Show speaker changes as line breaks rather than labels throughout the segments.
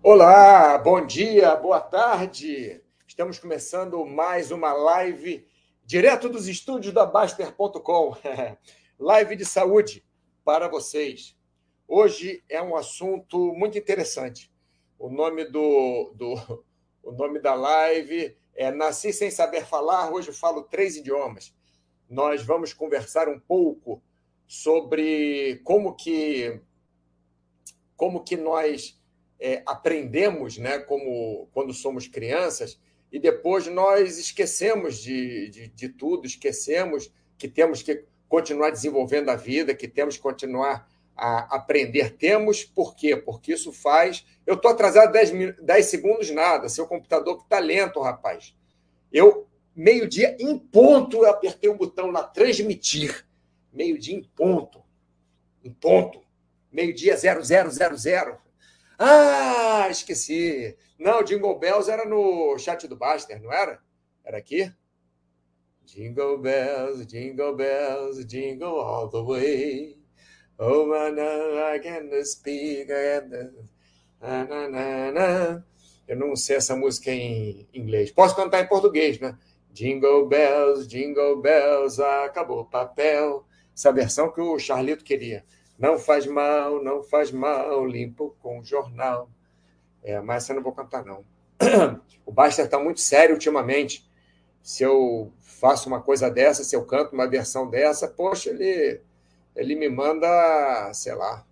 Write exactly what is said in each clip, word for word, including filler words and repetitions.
Olá, bom dia, boa tarde. Estamos começando mais uma live direto dos estúdios da Baster ponto com. Live de saúde para vocês. Hoje é um assunto muito interessante. O nome do, do o nome da live é Nasci Sem Saber Falar, hoje eu falo três idiomas. Nós vamos conversar um pouco sobre como que como que nós é, aprendemos, né, como quando somos crianças, e depois nós esquecemos de, de, de tudo, esquecemos que temos que continuar desenvolvendo a vida, que temos que continuar a aprender. Temos, por quê? Porque isso faz... Eu estou atrasado dez, dez segundos, nada. Seu computador que está lento, rapaz. Eu, meio-dia em ponto, eu apertei o botão lá, transmitir. Meio-dia em ponto. Em ponto. Meio-dia, zero, zero, zero, zero. Ah, esqueci. Não, Jingle Bells era no chat do Baster, não era? Era aqui? Jingle Bells, Jingle Bells, Jingle all the way. Oh, man, I can speak. Na, na, na, na. Eu não sei essa música em inglês. Posso cantar em português, né? Jingle Bells, Jingle Bells, acabou o papel. Essa versão que o Charlito queria. Não faz mal, não faz mal, limpo com o jornal. É, mas essa eu não vou cantar, não. O Baster está muito sério ultimamente. Se eu faço uma coisa dessa, se eu canto uma versão dessa, poxa, ele, ele me manda, sei lá.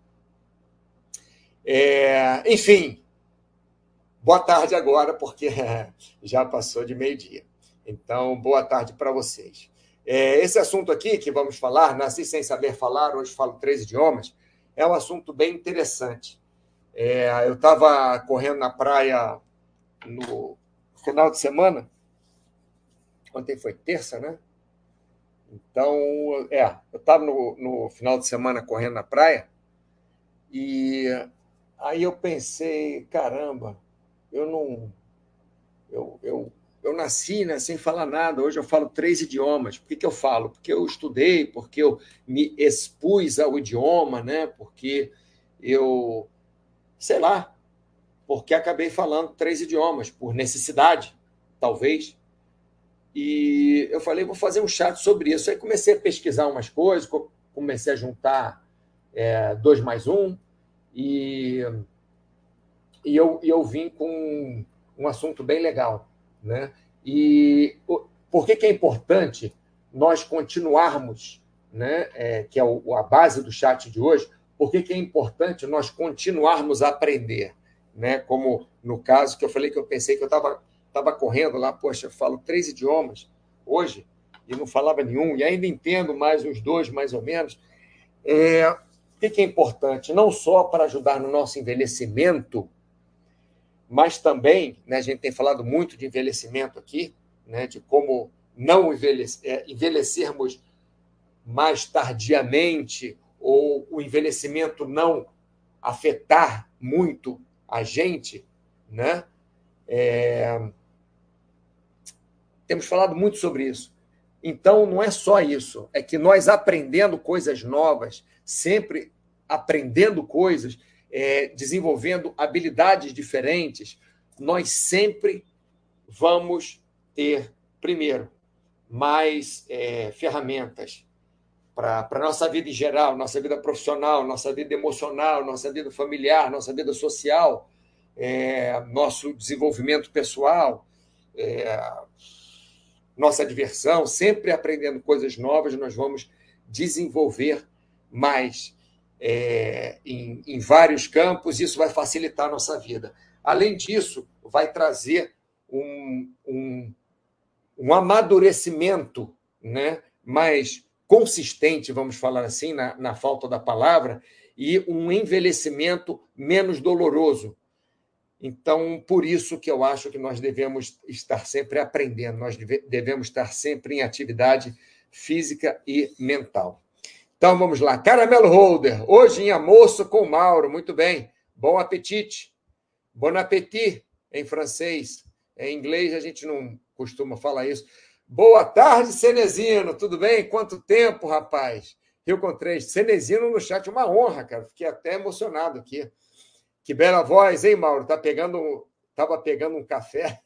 É, enfim, boa tarde agora, porque já passou de meio-dia. Então, boa tarde para vocês. É, esse assunto aqui que vamos falar, Nasci Sem Saber Falar, hoje falo três idiomas, é um assunto bem interessante. É, eu estava correndo na praia no final de semana, ontem foi terça, né? Então, é, eu estava no, no final de semana correndo na praia e aí eu pensei, caramba, eu não... Eu, eu, eu nasci, né, sem falar nada, hoje eu falo três idiomas. Por que, que eu falo? Porque eu estudei, porque eu me expus ao idioma, né? Porque eu, sei lá, porque acabei falando três idiomas, por necessidade, talvez. E eu falei, vou fazer um chat sobre isso. Aí comecei a pesquisar umas coisas, comecei a juntar é, dois mais um, e, e, eu, e eu vim com um assunto bem legal. Né? E por que, que é importante nós continuarmos, né, é, que é o, a base do chat de hoje, por que, que é importante nós continuarmos a aprender? Né? Como no caso que eu falei que eu pensei que eu estava estava correndo lá, poxa, eu falo três idiomas hoje e não falava nenhum, e ainda entendo mais uns dois, mais ou menos. É, o que é importante? Não só para ajudar no nosso envelhecimento, mas também, né, a gente tem falado muito de envelhecimento aqui, né, de como não envelhecer, é, envelhecermos mais tardiamente, ou o envelhecimento não afetar muito a gente, né? É, temos falado muito sobre isso. Então, não é só isso, é que nós aprendendo coisas novas, sempre aprendendo coisas, é, desenvolvendo habilidades diferentes, nós sempre vamos ter, primeiro, mais é, ferramentas para a nossa vida em geral, nossa vida profissional, nossa vida emocional, nossa vida familiar, nossa vida social, é, nosso desenvolvimento pessoal, é, nossa diversão, sempre aprendendo coisas novas, nós vamos desenvolver mais é, em, em vários campos, isso vai facilitar a nossa vida. Além disso, vai trazer um, um, um amadurecimento, né, mais consistente, vamos falar assim, na, na falta da palavra, e um envelhecimento menos doloroso. Então, por isso que eu acho que nós devemos estar sempre aprendendo, nós devemos estar sempre em atividade física e mental. Então, vamos lá. Caramelo Holder, hoje em almoço com Mauro. Muito bem. Bom apetite. Bon appétit, em francês. Em inglês, a gente não costuma falar isso. Boa tarde, Cenezino. Tudo bem? Quanto tempo, rapaz? Rio com três. Cenezino no chat, uma honra, cara. Fiquei até emocionado aqui. Que bela voz, hein, Mauro? Tá pegando, tava pegando um café.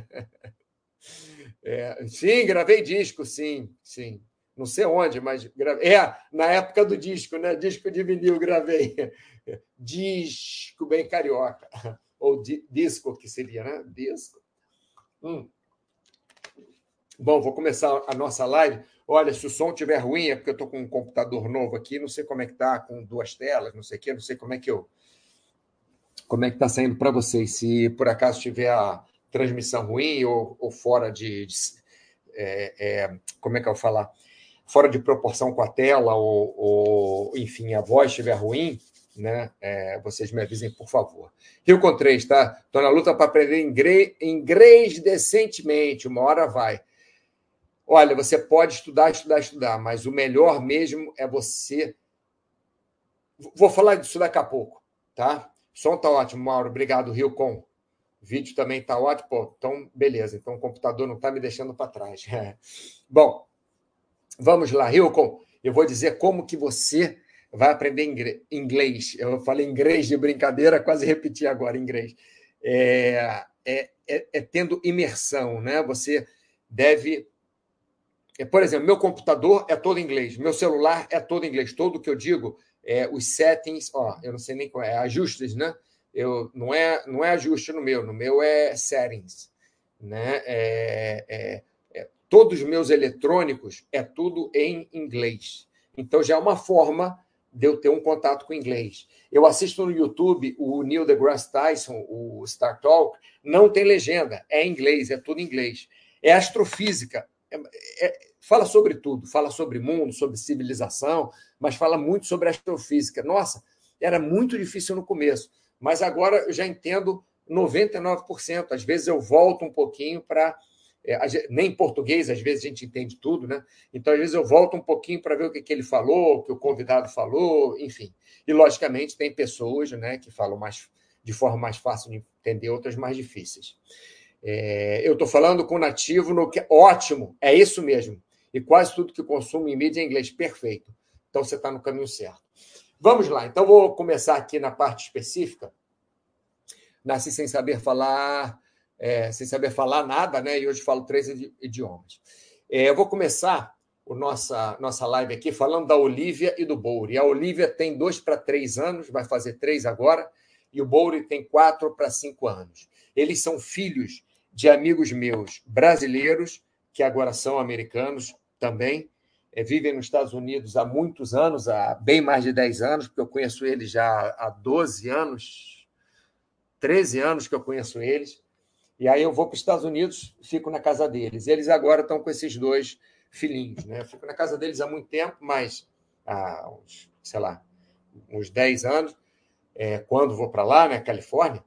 É, sim, gravei disco, sim, sim. Não sei onde, mas gravei. É, na época do disco, né? Disco de vinil, gravei. Disco bem carioca. Ou di, disco, que seria, né? Disco. Hum. Bom, vou começar a nossa live. Olha, se o som estiver ruim, é porque eu estou com um computador novo aqui, não sei como é que está, com duas telas, não sei o quê, não sei como é que eu. Como é que está saindo para vocês? Se por acaso tiver a transmissão ruim ou, ou fora de. de é, é, como é que eu vou falar? Fora de proporção com a tela, ou, ou enfim, a voz estiver ruim, né? É, vocês me avisem, por favor. Rio com três, tá? Estou na luta para aprender inglês, inglês decentemente, uma hora vai. Olha, você pode estudar, estudar, estudar, mas o melhor mesmo é você. Vou falar disso daqui a pouco, tá? O som tá ótimo, Mauro. Obrigado, Rio com. O vídeo também tá ótimo. Pô, então, beleza. Então, o computador não está me deixando para trás. Bom, vamos lá, Rio com. Eu vou dizer como que você vai aprender inglês. Eu falei inglês de brincadeira, quase repeti agora inglês. É, é, é, é tendo imersão, né? Você deve. Por exemplo, meu computador é todo em inglês, meu celular é todo em inglês. Todo o que eu digo, é, os settings, ó, eu não sei nem qual é, ajustes, né? Eu, não, é, não é ajuste no meu, no meu é settings. Né? É, é, é, todos os meus eletrônicos é tudo em inglês. Então já é uma forma de eu ter um contato com o inglês. Eu assisto no YouTube o Neil deGrasse Tyson, o Star Talk, não tem legenda, é em inglês, é tudo em inglês. É astrofísica. É, é, fala sobre tudo, fala sobre mundo, sobre civilização, mas fala muito sobre astrofísica. Nossa, era muito difícil no começo, mas agora eu já entendo noventa e nove por cento. Às vezes eu volto um pouquinho para. É, nem em português, às vezes a gente entende tudo, né? Então, às vezes eu volto um pouquinho para ver o que, que ele falou, o que o convidado falou, enfim. E, logicamente, tem pessoas, né, que falam mais, de forma mais fácil de entender, outras mais difíceis. É, eu estou falando com nativo no que. Ótimo, é isso mesmo. E quase tudo que consumo em mídia é inglês. Perfeito. Então você está no caminho certo. Vamos lá. Então, vou começar aqui na parte específica. Nasci sem saber falar, é, sem saber falar nada, né? E hoje falo três idiomas. É, eu vou começar a nossa, nossa live aqui falando da Olivia e do Bouri. A Olivia tem dois para três anos, vai fazer três agora, e o Bouri tem quatro para cinco anos. Eles são filhos de amigos meus brasileiros, que agora são americanos também, é, vivem nos Estados Unidos há muitos anos, há bem mais de dez anos, porque eu conheço eles já há doze anos, treze anos que eu conheço eles. E aí eu vou para os Estados Unidos, fico na casa deles. Eles agora estão com esses dois filhinhos. Né? Eu fico na casa deles há muito tempo, mas há uns, sei lá, uns dez anos, é, quando vou para lá, né, Califórnia,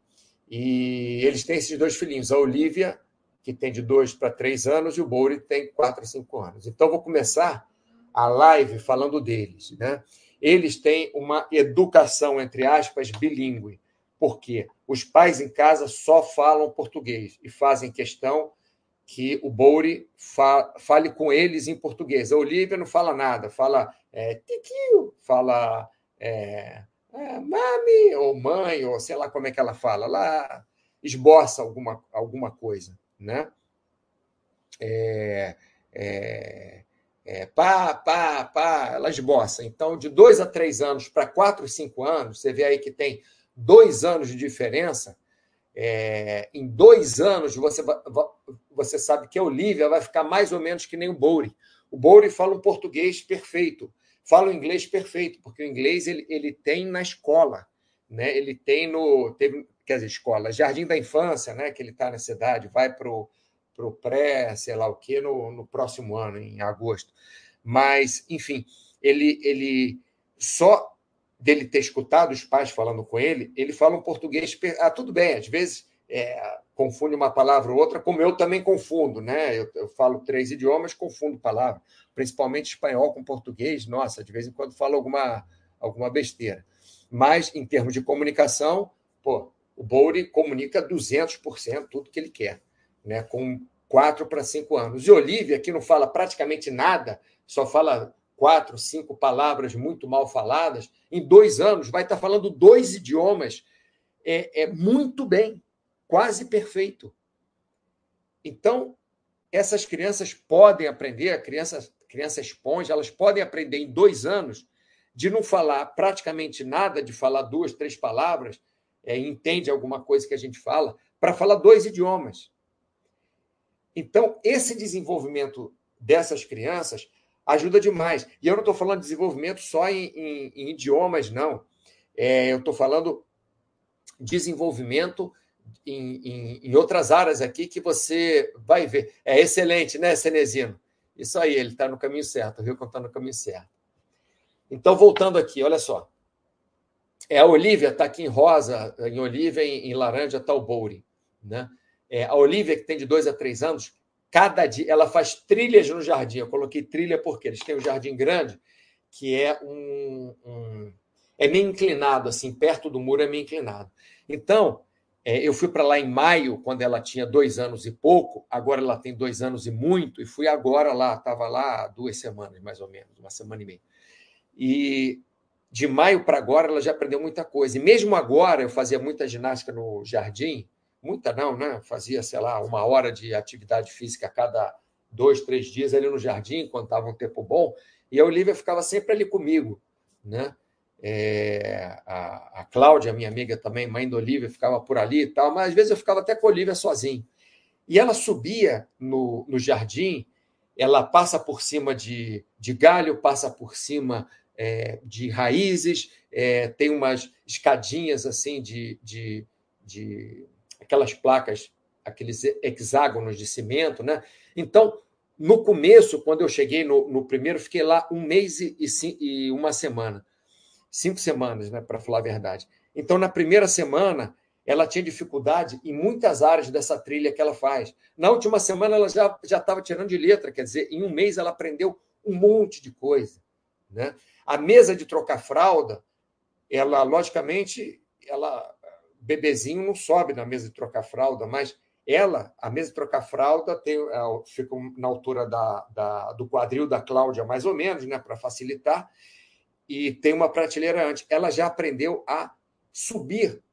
e eles têm esses dois filhinhos, a Olivia, que tem de dois para três anos, e o Bouri tem quatro a cinco anos. Então, vou começar a live falando deles. Né? Eles têm uma educação, entre aspas, bilíngue. Por quê? Os pais em casa só falam português e fazem questão que o Bouri fa- fale com eles em português. A Olivia não fala nada, fala é, tiquinho, fala é, é, mami, ou mãe, ou sei lá como é que ela fala. Ela esboça alguma, alguma coisa. Né? É, é, é, pá, pá, pá, ela esboça. Então, de dois a três anos para quatro, cinco anos, você vê aí que tem dois anos de diferença. É, em dois anos, você, você sabe que a Olivia vai ficar mais ou menos que nem o Bouri. O Bouri fala um português perfeito, fala um inglês perfeito, porque o inglês ele, ele tem na escola. Né? Ele tem no. Teve, quer dizer, escola, Jardim da Infância, né? Que ele está na cidade, vai para o pré, sei lá o quê, no, no próximo ano, em agosto. Mas, enfim, ele, ele só dele ter escutado os pais falando com ele, ele fala um português. Ah, tudo bem, às vezes é, confunde uma palavra ou outra, como eu também confundo, né? Eu, eu falo três idiomas, confundo palavras, principalmente espanhol com português. Nossa, de vez em quando falo alguma, alguma besteira. Mas, em termos de comunicação, pô, o Bouri comunica duzentos por cento tudo que ele quer, né? Com quatro para cinco anos. E Olivia, que não fala praticamente nada, só fala quatro, cinco palavras muito mal faladas, em dois anos vai estar falando dois idiomas é, é muito bem, quase perfeito. Então, essas crianças podem aprender, a criança, criança esponja, elas podem aprender em dois anos de não falar praticamente nada, de falar duas, três palavras, é, entende alguma coisa que a gente fala, para falar dois idiomas. Então, esse desenvolvimento dessas crianças ajuda demais. E eu não estou falando de desenvolvimento só em, em, em idiomas, não. É, eu estou falando desenvolvimento em, em, em outras áreas aqui que você vai ver. É excelente, né, Cenezino? Isso aí, ele está no caminho certo, viu que está no caminho certo. Então, voltando aqui, olha só. É, a Olivia está aqui em rosa, em Olivia, em, em laranja está o Bouri. Né? É, a Olivia, que tem de dois a três anos, cada dia ela faz trilhas no jardim. Eu coloquei trilha porque eles têm um jardim grande, que é um, um é meio inclinado, assim, perto do muro é meio inclinado. Então, é, eu fui para lá em maio, quando ela tinha dois anos e pouco, agora ela tem dois anos e muito, e fui agora lá, estava lá duas semanas, mais ou menos, uma semana e meia. E de maio para agora ela já aprendeu muita coisa. E mesmo agora eu fazia muita ginástica no jardim, muita não, né? Fazia, sei lá, uma hora de atividade física a cada dois, três dias ali no jardim, quando estava um tempo bom, e a Olivia ficava sempre ali comigo, né? É, a, a Cláudia, minha amiga também, mãe da Olivia, ficava por ali e tal, mas às vezes eu ficava até com a Olivia sozinho. E ela subia no, no jardim, ela passa por cima de, de galho, passa por cima é, de raízes, é, tem umas escadinhas assim de, de, de aquelas placas, aqueles hexágonos de cimento, né? Então, no começo, quando eu cheguei no, no primeiro, fiquei lá um mês e, e, e uma semana. Cinco semanas, né, para falar a verdade. Então, na primeira semana, ela tinha dificuldade em muitas áreas dessa trilha que ela faz. Na última semana, ela já já estava tirando de letra, quer dizer, em um mês ela aprendeu um monte de coisa. Né? A mesa de trocar fralda, ela, logicamente, ela, bebezinho não sobe na mesa de trocar fralda, mas ela, a mesa de trocar fralda, tem, fica na altura da, da, do quadril da Cláudia, mais ou menos, né, para facilitar, e tem uma prateleira antes. Ela já aprendeu a subir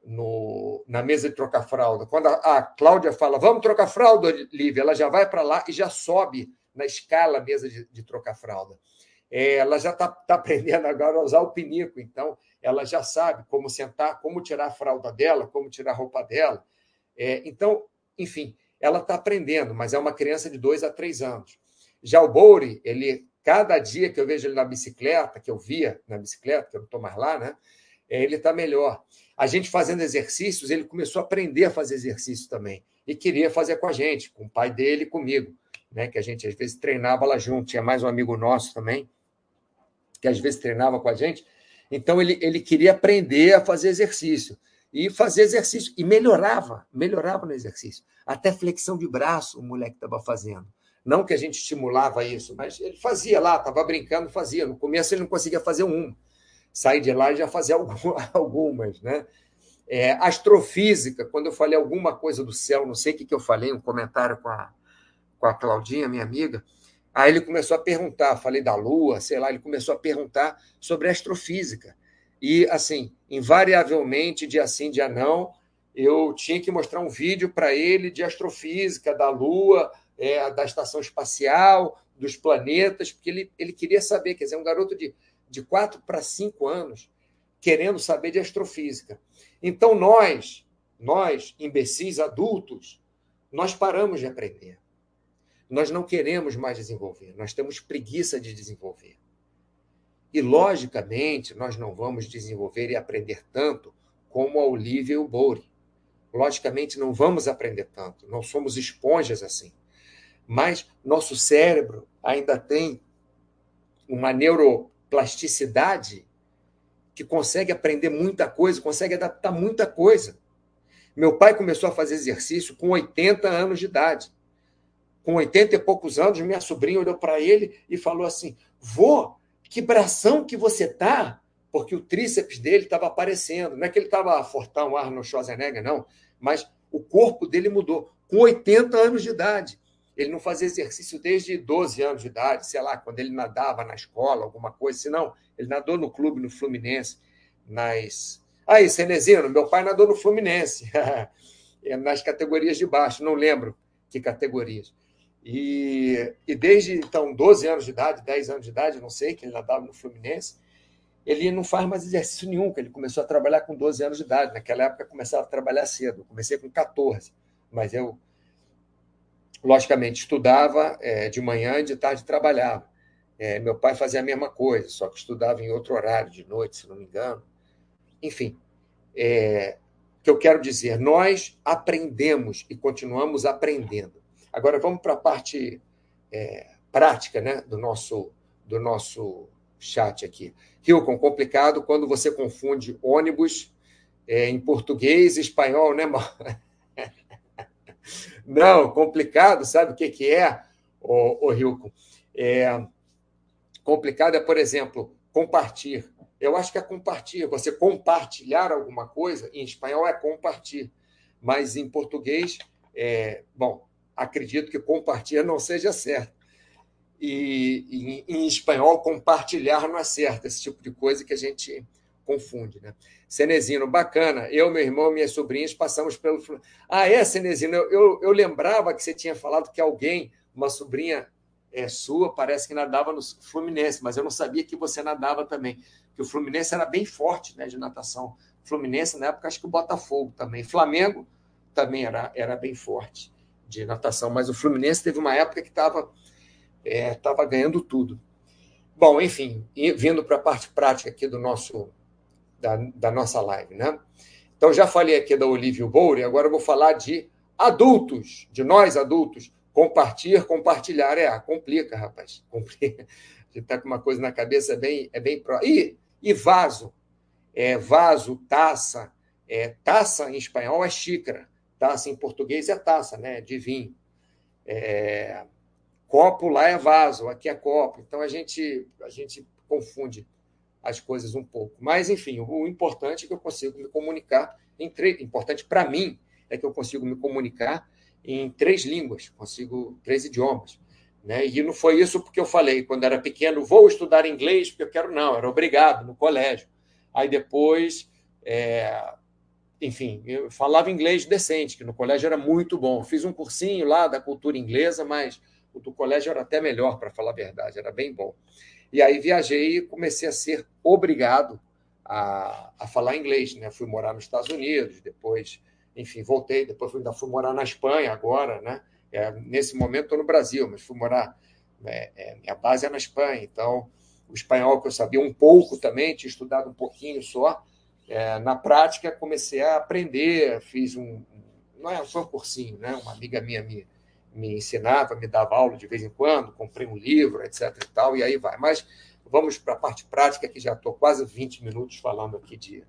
no, na mesa de trocar fralda. Quando a, a Cláudia fala, vamos trocar fralda, Lívia, ela já vai para lá e já sobe na escala a mesa de, de trocar fralda. É, ela já está tá aprendendo agora a usar o pinico, então ela já sabe como sentar, como tirar a fralda dela, como tirar a roupa dela. É, então, enfim, ela está aprendendo, mas é uma criança de dois a três anos. Já o Bouri, ele, cada dia que eu vejo ele na bicicleta, que eu via na bicicleta, que eu não estou mais lá, né? Ele está melhor. A gente fazendo exercícios, ele começou a aprender a fazer exercício também. E queria fazer com a gente, com o pai dele e comigo, né? Que a gente às vezes treinava lá junto. Tinha mais um amigo nosso também, que às vezes treinava com a gente. Então, ele, ele queria aprender a fazer exercício. E fazer exercício. E melhorava, melhorava no exercício. Até flexão de braço o moleque estava fazendo. Não que a gente estimulava isso, mas ele fazia lá, estava brincando, fazia. No começo ele não conseguia fazer um. Sair de lá e já fazia algumas. Né? É, astrofísica, quando eu falei alguma coisa do céu, não sei o que, que eu falei, um comentário com a, com a Claudinha, minha amiga. Aí ele começou a perguntar, falei da Lua, sei lá, ele começou a perguntar sobre astrofísica. E, assim, invariavelmente, dia sim, dia não, eu tinha que mostrar um vídeo para ele de astrofísica, da Lua, é, da estação espacial, dos planetas, porque ele, ele queria saber, quer dizer, um garoto de, de quatro para cinco anos querendo saber de astrofísica. Então, nós, nós, imbecis adultos, nós paramos de aprender. Nós não queremos mais desenvolver, nós temos preguiça de desenvolver. E, logicamente, nós não vamos desenvolver e aprender tanto como a Olivia e o Bouri. Logicamente, não vamos aprender tanto, não somos esponjas assim. Mas nosso cérebro ainda tem uma neuroplasticidade que consegue aprender muita coisa, consegue adaptar muita coisa. Meu pai começou a fazer exercício com oitenta anos de idade. Com oitenta e poucos anos, minha sobrinha olhou para ele e falou assim, vô, que bração que você tá? Porque o tríceps dele estava aparecendo. Não é que ele estava fortão, Arnold Schwarzenegger, não, mas o corpo dele mudou. Com oitenta anos de idade. Ele não fazia exercício desde doze anos de idade, sei lá, quando ele nadava na escola, alguma coisa, senão ele nadou no clube, no Fluminense, nas, Aí, Cenezino, meu pai nadou no Fluminense, nas categorias de baixo, não lembro que categorias. E, e desde, então, doze anos de idade, dez anos de idade, não sei, que ele nadava no Fluminense, ele não faz mais exercício nenhum, que ele começou a trabalhar com doze anos de idade. Naquela época, começava a trabalhar cedo. Eu comecei com catorze, mas eu, logicamente, estudava é, de manhã e de tarde trabalhava. É, meu pai fazia a mesma coisa, só que estudava em outro horário, de noite, se não me engano. Enfim, é, o que eu quero dizer, nós aprendemos e continuamos aprendendo. Agora, vamos para a parte é, prática, né, do nosso, do nosso chat aqui. Hilcon, complicado quando você confunde ônibus é, em português e espanhol, né, Mar? Não, complicado, sabe o que, que é, o, o Hilcon? É, complicado é, por exemplo, compartilhar. Eu acho que é compartilhar. Você compartilhar alguma coisa, em espanhol é compartilhar, mas em português, é, bom, acredito que compartilhar não seja certo. E, e em espanhol, compartilhar não é certo, esse tipo de coisa que a gente confunde, né? Cenezino, bacana. Eu, meu irmão e minhas sobrinhas passamos pelo... Ah, é, Cenezino, eu, eu, eu lembrava que você tinha falado que alguém, uma sobrinha é, sua, parece que nadava no Fluminense, mas eu não sabia que você nadava também, que o Fluminense era bem forte, né, de natação. Fluminense, na época, acho que o Botafogo também. Flamengo também era, era bem forte de natação, mas o Fluminense teve uma época que estava estava é, ganhando tudo. Bom, enfim, vindo para a parte prática aqui do nosso, da, da nossa live, né? Então, já falei aqui da Olívio Boure, agora eu vou falar de adultos, de nós adultos. Compartilhar, compartilhar. É, complica, rapaz. Complica. A gente está com uma coisa na cabeça, é bem, é bem pró. E, e vaso. É, vaso, taça. É, taça em espanhol é xícara. Taça em português é taça, né? De vinho. É, copo lá é vaso, aqui é copo. Então, a gente, a gente confunde as coisas um pouco. Mas, enfim, o importante é que eu consigo me comunicar em três. Importante para mim é que eu consigo me comunicar em três línguas, consigo três idiomas. Né? E não foi isso porque eu falei, quando era pequeno, vou estudar inglês porque eu quero, não, era obrigado no colégio. Aí depois, é... enfim, eu falava inglês decente, que no colégio era muito bom. Fiz um cursinho lá da cultura inglesa, mas o do colégio era até melhor, para falar a verdade, era bem bom. E aí viajei e comecei a ser obrigado a, a falar inglês. Né? Fui morar nos Estados Unidos, depois, enfim, voltei, depois fui, ainda fui morar na Espanha agora, né? É, nesse momento estou no Brasil, mas fui morar, é, é, minha base é na Espanha, então o espanhol que eu sabia um pouco também, tinha estudado um pouquinho só, é, na prática comecei a aprender, fiz um, não é, foi um cursinho, né? Uma amiga minha me me ensinava, me dava aula de vez em quando, comprei um livro, etc e tal, e aí vai. Mas vamos para a parte prática, que já estou quase vinte minutos falando aqui de...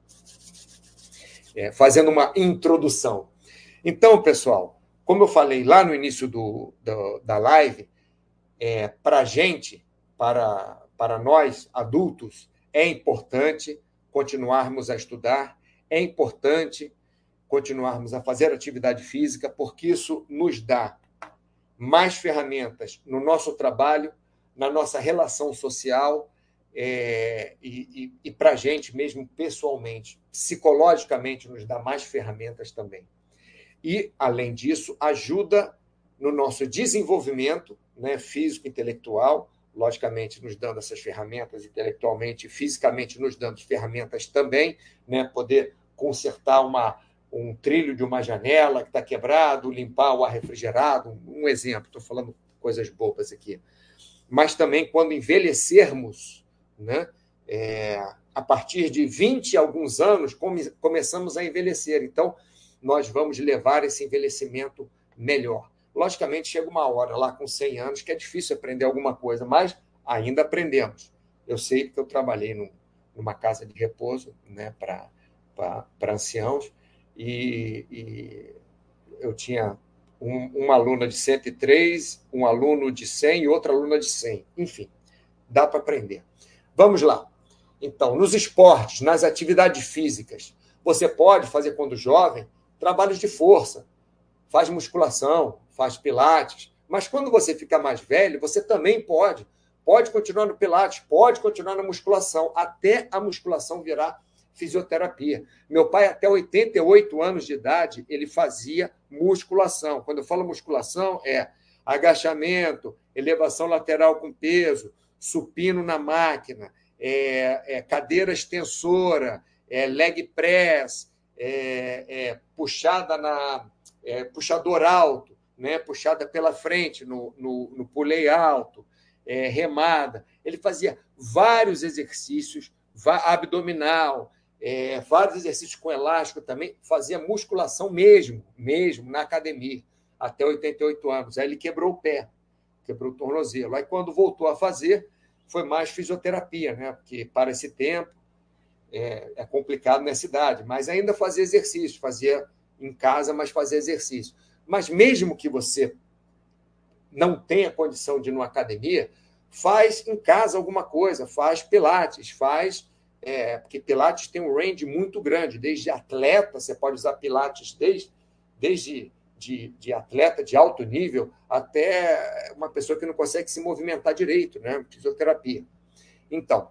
É, fazendo uma introdução. Então, pessoal, como eu falei lá no início do, do, da live, é, para a gente, para, para nós, adultos, é importante continuarmos a estudar, é importante continuarmos a fazer atividade física, porque isso nos dá mais ferramentas no nosso trabalho, na nossa relação social é, e, e, e para a gente mesmo pessoalmente. Psicologicamente, nos dá mais ferramentas também. E, além disso, ajuda no nosso desenvolvimento, né, físico e intelectual, logicamente nos dando essas ferramentas intelectualmente e fisicamente nos dando ferramentas também, né, poder consertar uma um trilho de uma janela que está quebrado, limpar o ar refrigerado, um exemplo, estou falando coisas bobas aqui. Mas também quando envelhecermos, né, é, a partir de vinte e alguns anos, come, começamos a envelhecer. Então, nós vamos levar esse envelhecimento melhor. Logicamente, chega uma hora lá com cem anos que é difícil aprender alguma coisa, mas ainda aprendemos. Eu sei porque eu trabalhei num, numa casa de repouso, né, para anciãos, E, e eu tinha um, uma aluna de cento e três, um aluno de cem e outra aluna de cem. Enfim, dá para aprender. Vamos lá. Então, nos esportes, nas atividades físicas, você pode fazer, quando jovem, trabalhos de força. Faz musculação, faz pilates. Mas quando você ficar mais velho, você também pode. Pode continuar no pilates, pode continuar na musculação, até a musculação virar fisioterapia. Meu pai, até oitenta e oito anos de idade, ele fazia musculação. Quando eu falo musculação, é agachamento, elevação lateral com peso, supino na máquina, é, é, cadeira extensora, é, leg press, é, é, puxada na, é, puxador alto, né, puxada pela frente no, no, no pulei alto, é, remada. Ele fazia vários exercícios, abdominal, é, vários exercícios com elástico também, fazia musculação mesmo, mesmo na academia, até oitenta e oito anos. Aí ele quebrou o pé, quebrou o tornozelo. Aí, quando voltou a fazer, foi mais fisioterapia, né? Porque para esse tempo é, é complicado nessa idade, mas ainda fazia exercício, fazia em casa, mas fazia exercício. Mas mesmo que você não tenha condição de ir numa academia, faz em casa alguma coisa, faz pilates, faz... É, porque pilates tem um range muito grande, desde atleta, você pode usar pilates desde, desde de, de atleta de alto nível até uma pessoa que não consegue se movimentar direito, né? Fisioterapia. Então,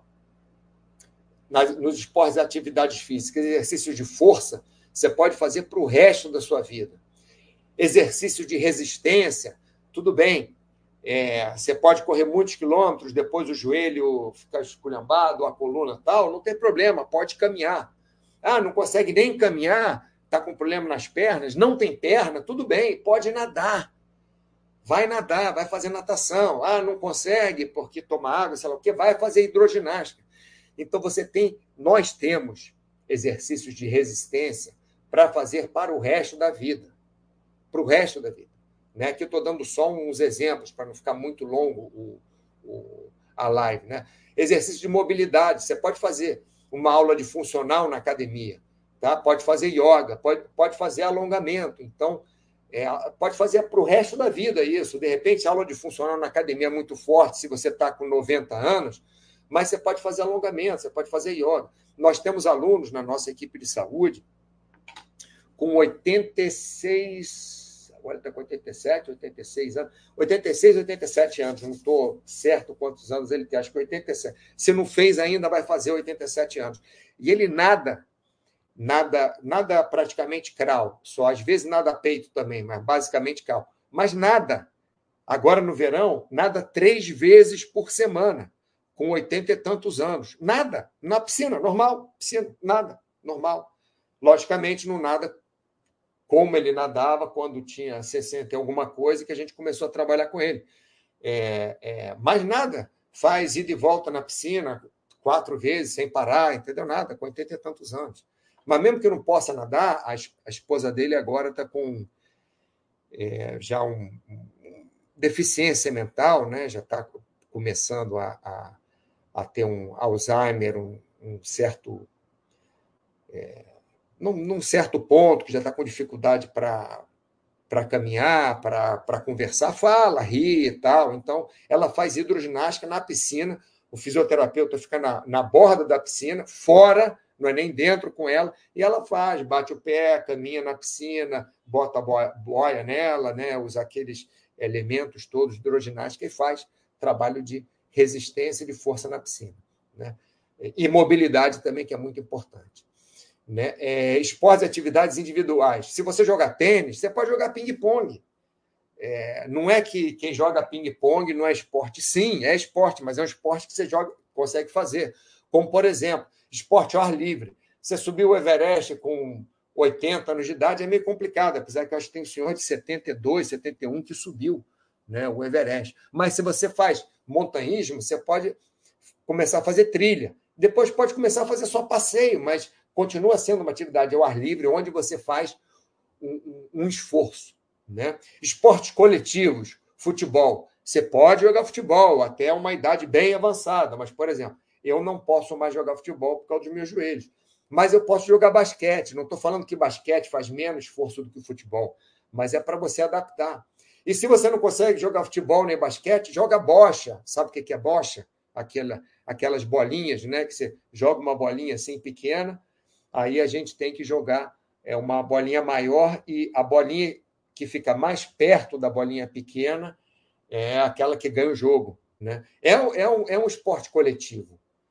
nas, nos esportes e atividades físicas, exercícios de força, você pode fazer para o resto da sua vida. Exercício de resistência, tudo bem. É, você pode correr muitos quilômetros, depois o joelho fica esculhambado, a coluna tal, não tem problema, pode caminhar. Ah, não consegue nem caminhar, está com problema nas pernas, não tem perna, tudo bem, pode nadar. Vai nadar, vai fazer natação. Ah, não consegue porque toma água, sei lá o quê, vai fazer hidroginástica. Então, você tem, nós temos exercícios de resistência para fazer para o resto da vida. Para o resto da vida. Né? Aqui eu estou dando só uns exemplos, para não ficar muito longo o, o, a live. Né? Exercício de mobilidade. Você pode fazer uma aula de funcional na academia. Tá? Pode fazer yoga, pode, pode fazer alongamento. Então, é, pode fazer para o resto da vida isso. De repente, a aula de funcional na academia é muito forte, se você está com noventa anos, mas você pode fazer alongamento, você pode fazer yoga. Nós temos alunos na nossa equipe de saúde com oitenta e seis... Agora está com oitenta e sete, oitenta e seis anos. oitenta e seis, oitenta e sete anos. Não estou certo quantos anos ele tem, acho que oitenta e sete. Se não fez ainda, vai fazer oitenta e sete anos. E ele nada, nada, nada praticamente crawl. Só às vezes nada peito também, mas basicamente crawl. Mas nada. Agora no verão, nada três vezes por semana, com oitenta e tantos anos. Nada. Na piscina, normal. Piscina, nada. Normal. Logicamente, não nada como ele nadava quando tinha sessenta e alguma coisa, que a gente começou a trabalhar com ele. É, é, mas nada, faz ida e volta na piscina quatro vezes, sem parar, entendeu? Nada, com oitenta e tantos anos. Mas mesmo que não possa nadar, a, a esposa dele agora está com é, já um, um, deficiência mental, né? Já está começando a, a, a ter um Alzheimer, um, um certo... É, num, num certo ponto, que já está com dificuldade para para caminhar, para conversar, fala, ri e tal. Então, ela faz hidroginástica na piscina, o fisioterapeuta fica na, na borda da piscina, fora, não é nem dentro com ela, e ela faz, bate o pé, caminha na piscina, bota a boia, boia nela, né, usa aqueles elementos todos de hidroginástica e faz trabalho de resistência e de força na piscina. Né? E mobilidade também, que é muito importante. Né? É, esportes e atividades individuais. Se você jogar tênis, você pode jogar ping-pong. É, não é que quem joga ping-pong não é esporte. Sim, é esporte, mas é um esporte que você joga, consegue fazer. Como, por exemplo, esporte ao ar livre. Você subiu o Everest com oitenta anos de idade, é meio complicado, apesar que eu acho que tem um senhor de setenta e dois, setenta e um que subiu, né, o Everest. Mas se você faz montanhismo, você pode começar a fazer trilha. Depois pode começar a fazer só passeio, mas continua sendo uma atividade ao ar livre, onde você faz um, um, um esforço. Né? Esportes coletivos, futebol. Você pode jogar futebol até uma idade bem avançada, mas, por exemplo, eu não posso mais jogar futebol por causa dos meus joelhos. Mas eu posso jogar basquete. Não estou falando que basquete faz menos esforço do que o futebol, mas é para você adaptar. E se você não consegue jogar futebol nem basquete, joga bocha. Sabe o que é bocha? Aquela, aquelas bolinhas, né? Que você joga uma bolinha assim pequena, aí a gente tem que jogar é, uma bolinha maior e a bolinha que fica mais perto da bolinha pequena é aquela que ganha o jogo. Né? É, é, um, é um esporte coletivo.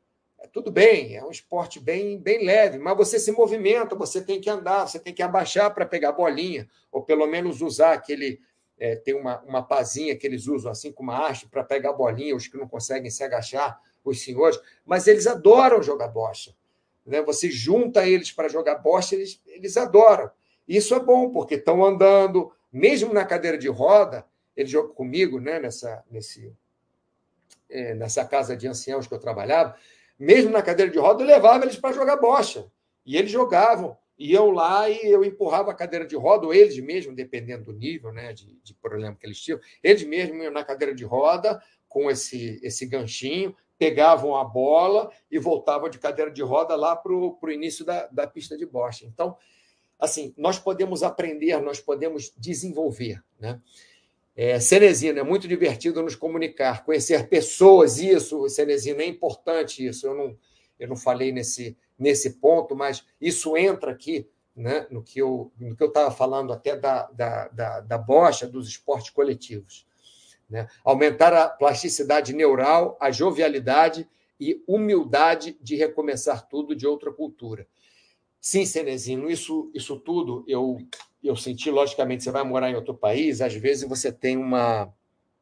tudo bem, é um esporte bem, bem leve, mas você se movimenta, você tem que andar, você tem que abaixar para pegar a bolinha, ou pelo menos usar aquele. É, tem uma, uma pazinha que eles usam assim com uma haste para pegar a bolinha, os que não conseguem se agachar, os senhores, mas eles adoram jogar bocha. Né? Você junta eles para jogar bocha, eles, eles adoram. Isso é bom, porque estão andando, mesmo na cadeira de roda, eles jogam comigo, né, nessa, nesse, é, nessa casa de anciãos que eu trabalhava, mesmo na cadeira de roda, eu levava eles para jogar bocha. E eles jogavam. Iam lá e eu empurrava a cadeira de roda, ou eles mesmos, dependendo do nível, né, de, de problema que eles tinham, eles mesmos iam na cadeira de roda, com esse, esse ganchinho, pegavam a bola e voltavam de cadeira de roda lá para o início da, da pista de bocha. Então, assim, nós podemos aprender, nós podemos desenvolver, né? É, Cenezino, é muito divertido nos comunicar, conhecer pessoas, isso, Cenezino, é importante isso. Eu não, eu não falei nesse, nesse ponto, mas isso entra aqui, né, no que eu no que eu estava falando até da, da, da, da bocha, dos esportes coletivos. Né? Aumentar a plasticidade neural, a jovialidade e humildade de recomeçar tudo de outra cultura. Sim, Cenezino, isso, isso tudo eu, eu senti, logicamente, você vai morar em outro país, às vezes você tem uma...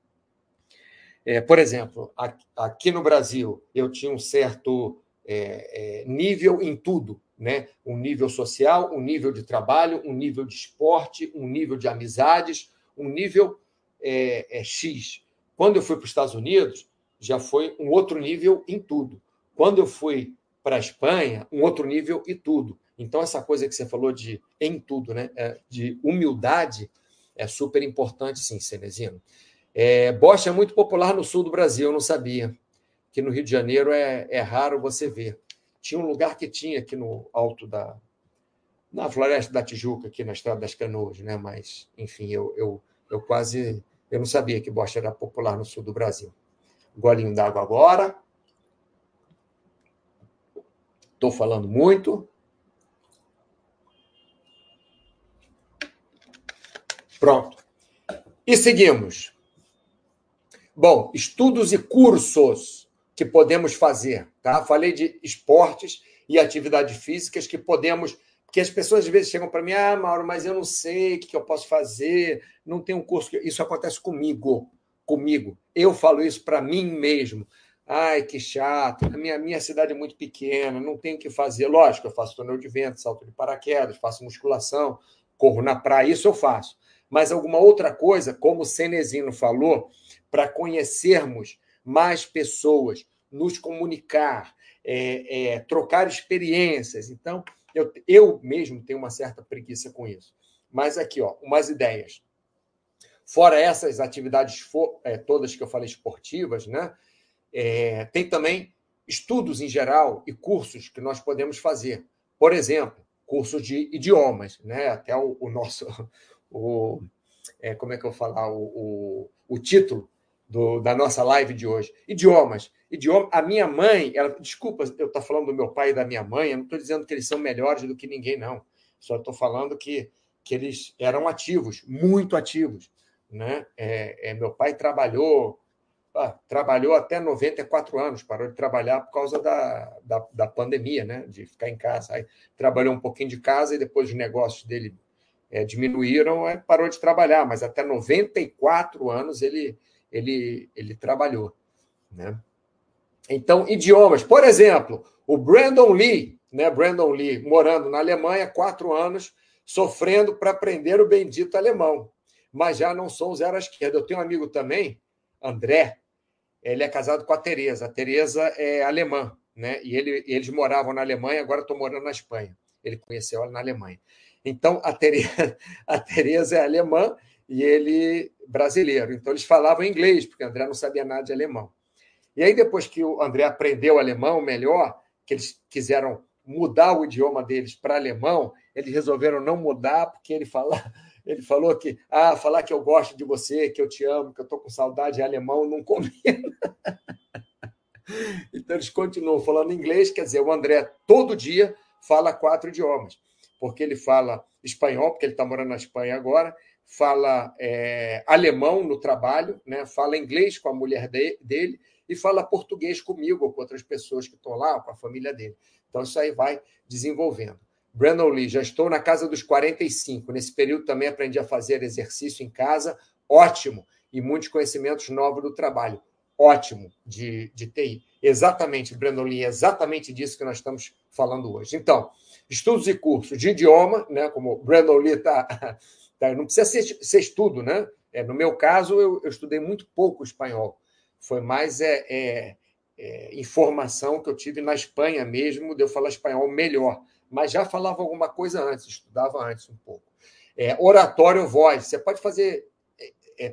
É, por exemplo, aqui no Brasil, eu tinha um certo é, é, nível em tudo, né? Um nível social, um nível de trabalho, um nível de esporte, um nível de amizades, um nível é, é, X. Quando eu fui para os Estados Unidos, já foi um outro nível em tudo. Quando eu fui para a Espanha, um outro nível e tudo. Então, essa coisa que você falou de em tudo, né? De humildade, é super importante, sim, Cenezino. É, bocha é muito popular no sul do Brasil, eu não sabia. Que no Rio de Janeiro é, é raro você ver. Tinha um lugar que tinha aqui no alto da... na Floresta da Tijuca, aqui na Estrada das Canoas, né? Mas, enfim, eu, eu, eu quase... eu não sabia que bocha era popular no sul do Brasil. Golinho d'água agora. Estou falando muito. Pronto. E seguimos. Bom, estudos e cursos que podemos fazer, tá? Falei de esportes e atividades físicas que podemos... Porque as pessoas às vezes chegam para mim, ah, Mauro, mas eu não sei o que eu posso fazer, não tem um curso... Que... Isso acontece comigo, comigo. Eu falo isso para mim mesmo. Ai, que chato, a minha, minha cidade é muito pequena, não tenho o que fazer. Lógico, eu faço túnel de vento, salto de paraquedas, faço musculação, corro na praia, isso eu faço. Mas alguma outra coisa, como o Cenezino falou, para conhecermos mais pessoas, nos comunicar, é, é, trocar experiências. Então, eu, eu mesmo tenho uma certa preguiça com isso. Mas aqui, ó, umas ideias. Fora essas atividades for, é, todas que eu falei esportivas, né? É, tem também estudos em geral e cursos que nós podemos fazer. Por exemplo, cursos de idiomas, né? Até o, o nosso... O, é, como é que eu vou falar? O, o, o título do, da nossa live de hoje. Idiomas. Idioma, a minha mãe, ela, desculpa eu estou falando do meu pai e da minha mãe, eu não estou dizendo que eles são melhores do que ninguém, não. Só estou falando que, que eles eram ativos, muito ativos. Né? É, é, meu pai trabalhou, ah, trabalhou até noventa e quatro anos, parou de trabalhar por causa da, da, da pandemia, né? De ficar em casa. Aí trabalhou um pouquinho de casa e depois os negócios dele é, diminuíram, é, parou de trabalhar, mas até noventa e quatro anos ele, ele, ele trabalhou. Né? Então, idiomas. Por exemplo, o Brandon Lee, né? Brandon Lee, morando na Alemanha, quatro anos, sofrendo para aprender o bendito alemão. Mas já não sou um zero à esquerda. Eu tenho um amigo também, André, ele é casado com a Tereza. A Tereza é alemã, né? E ele, eles moravam na Alemanha, agora estou morando na Espanha. Ele conheceu ela na Alemanha. Então, a Tereza, a Tereza é alemã e ele brasileiro. Então, eles falavam inglês, porque o André não sabia nada de alemão. E aí, depois que o André aprendeu alemão melhor, que eles quiseram mudar o idioma deles para alemão, eles resolveram não mudar, porque ele, fala, ele falou que ah, falar que eu gosto de você, que eu te amo, que eu estou com saudade em alemão, não combina. Então, eles continuam falando inglês, quer dizer, o André todo dia fala quatro idiomas, porque ele fala espanhol, porque ele está morando na Espanha agora, fala é, alemão no trabalho, né? Fala inglês com a mulher de, dele e fala português comigo ou com outras pessoas que estão lá, ou com a família dele. Então, isso aí vai desenvolvendo. Brandon Lee, já estou na casa dos quarenta e cinco. Nesse período também aprendi a fazer exercício em casa. Ótimo. E muitos conhecimentos novos do trabalho. Ótimo de, de T I. Exatamente, Brandon Lee, é exatamente disso que nós estamos falando hoje. Então, estudos e cursos de idioma, né, como o Brandon Lee está... Tá, não precisa ser, ser estudo, né? É, no meu caso, eu, eu estudei muito pouco espanhol. Foi mais é, é, é, informação que eu tive na Espanha mesmo, de eu falar espanhol melhor. Mas já falava alguma coisa antes, estudava antes um pouco. É, oratório, voz. Você pode fazer... É, é,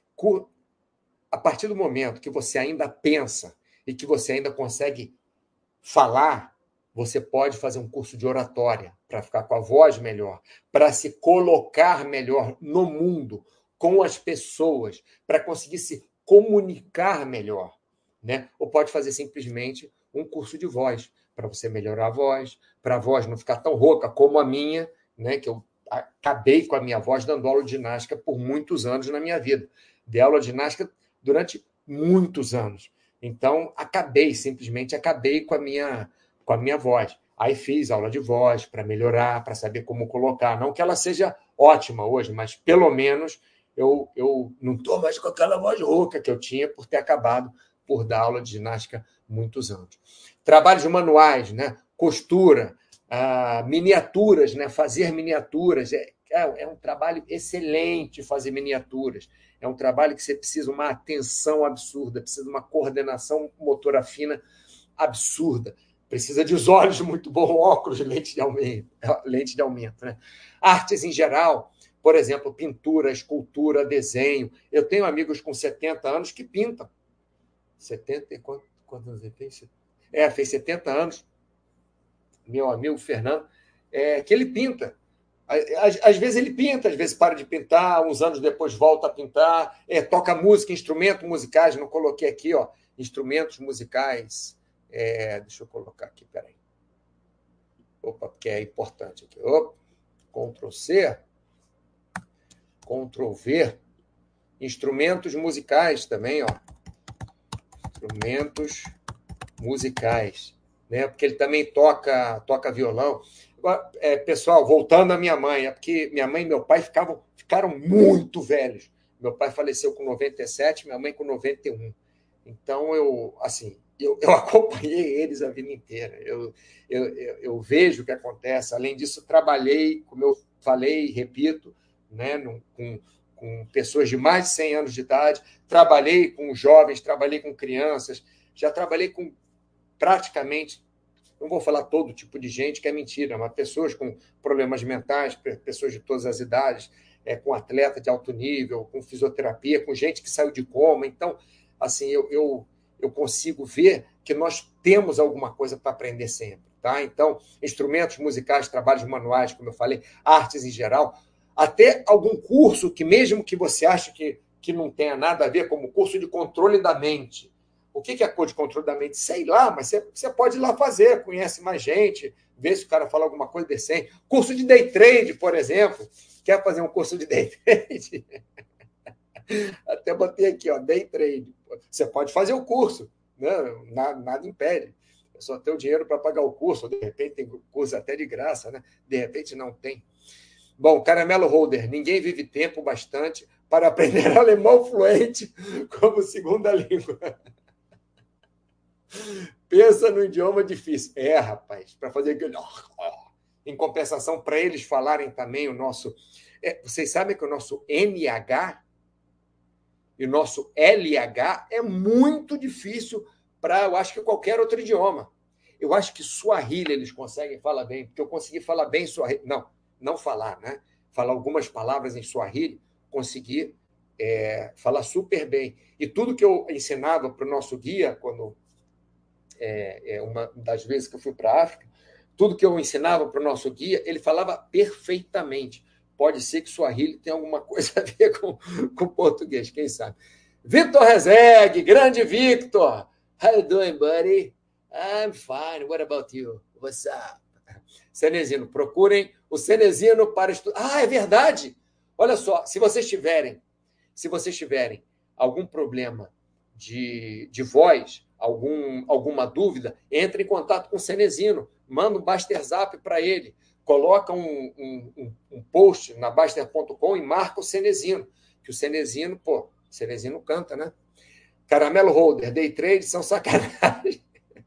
a partir do momento que você ainda pensa e que você ainda consegue falar, você pode fazer um curso de oratória para ficar com a voz melhor, para se colocar melhor no mundo, com as pessoas, para conseguir se comunicar melhor, né? Ou pode fazer simplesmente um curso de voz, para você melhorar a voz, para a voz não ficar tão rouca como a minha, né? Que eu acabei com a minha voz dando aula de ginástica por muitos anos na minha vida. Dei aula de ginástica durante muitos anos. Então, acabei, simplesmente acabei com a minha, com a minha voz. Aí fiz aula de voz para melhorar, para saber como colocar. Não que ela seja ótima hoje, mas pelo menos eu, eu não estou mais com aquela voz rouca que eu tinha por ter acabado por dar aula de ginástica muitos anos. Trabalhos manuais, né? Costura, ah, miniaturas, né? Fazer miniaturas. É, é um trabalho excelente fazer miniaturas. É um trabalho que você precisa de uma atenção absurda, precisa de uma coordenação motora fina absurda, precisa de olhos muito bons, óculos, lente de aumento, lente de aumento, né? Artes em geral, por exemplo, pintura, escultura, desenho. Eu tenho amigos com setenta anos que pintam. setenta, quantos, quantos anos ele tem? É, fez setenta anos, meu amigo Fernando, é, que ele pinta. Às, às vezes ele pinta, às vezes para de pintar, uns anos depois volta a pintar, é, toca música, instrumentos musicais, não coloquei aqui, ó, instrumentos musicais. É, deixa eu colocar aqui, peraí. Opa, porque é importante aqui. Opa, Ctrl C, Ctrl V, instrumentos musicais também, ó. Instrumentos musicais, né? Porque ele também toca, toca violão. Agora, é, pessoal, voltando à minha mãe, é porque minha mãe e meu pai ficavam, ficaram muito velhos. Meu pai faleceu com noventa e sete, minha mãe com noventa e um. Então, eu, assim, eu, eu acompanhei eles a vida inteira. Eu, eu, eu, eu vejo o que acontece. Além disso, trabalhei, como eu falei e repito, né, num, com, com pessoas de mais de cem anos de idade, trabalhei com jovens, trabalhei com crianças, já trabalhei com praticamente, não vou falar todo tipo de gente, que é mentira, mas pessoas com problemas mentais, pessoas de todas as idades, é, com atleta de alto nível, com fisioterapia, com gente que saiu de coma. Então, assim, eu, eu, eu consigo ver que nós temos alguma coisa para aprender sempre. Tá? Então, instrumentos musicais, trabalhos manuais, como eu falei, artes em geral, até algum curso que, mesmo que você ache que, que não tenha nada a ver, como curso de controle da mente. O que é cor de controle da mente? Sei lá, mas você, você pode ir lá fazer, conhece mais gente, vê se o cara fala alguma coisa decente. Curso de day trade, por exemplo. Quer fazer um curso de day trade? Até botei aqui, ó, day trade. Você pode fazer o curso, né? nada, nada impede. É só ter o dinheiro para pagar o curso, de repente tem curso até de graça, né? De repente não tem. Bom, Caramelo Holder, ninguém vive tempo bastante para aprender alemão fluente como segunda língua. Pensa no idioma difícil. É, rapaz, para fazer aquele... Em compensação, para eles falarem também o nosso... É, vocês sabem que o nosso N H e o nosso L H é muito difícil para, eu acho que qualquer outro idioma. Eu acho que Swahili eles conseguem falar bem, porque eu consegui falar bem Swahili. Não, não falar, né? Falar algumas palavras em Swahili, consegui é, falar super bem. E tudo que eu ensinava para o nosso guia, quando é, é uma das vezes que eu fui para a África, tudo que eu ensinava para o nosso guia, ele falava perfeitamente. Pode ser que Swahili tenha alguma coisa a ver com, com português, quem sabe. Victor Rezeg, grande Victor. How you doing, buddy? I'm fine. What about you? What's up? Cenezino, procurem o Cenezino para estudar. Ah, é verdade! Olha só, se vocês tiverem, se vocês tiverem algum problema de, de voz, algum, alguma dúvida, entre em contato com o Cenezino, manda um Baster Zap para ele, coloca um, um, um post na Baster ponto com e marca o Cenezino, que o Cenezino, pô, o Cenezino canta, né? Caramelo Holder, day trade são sacanagem.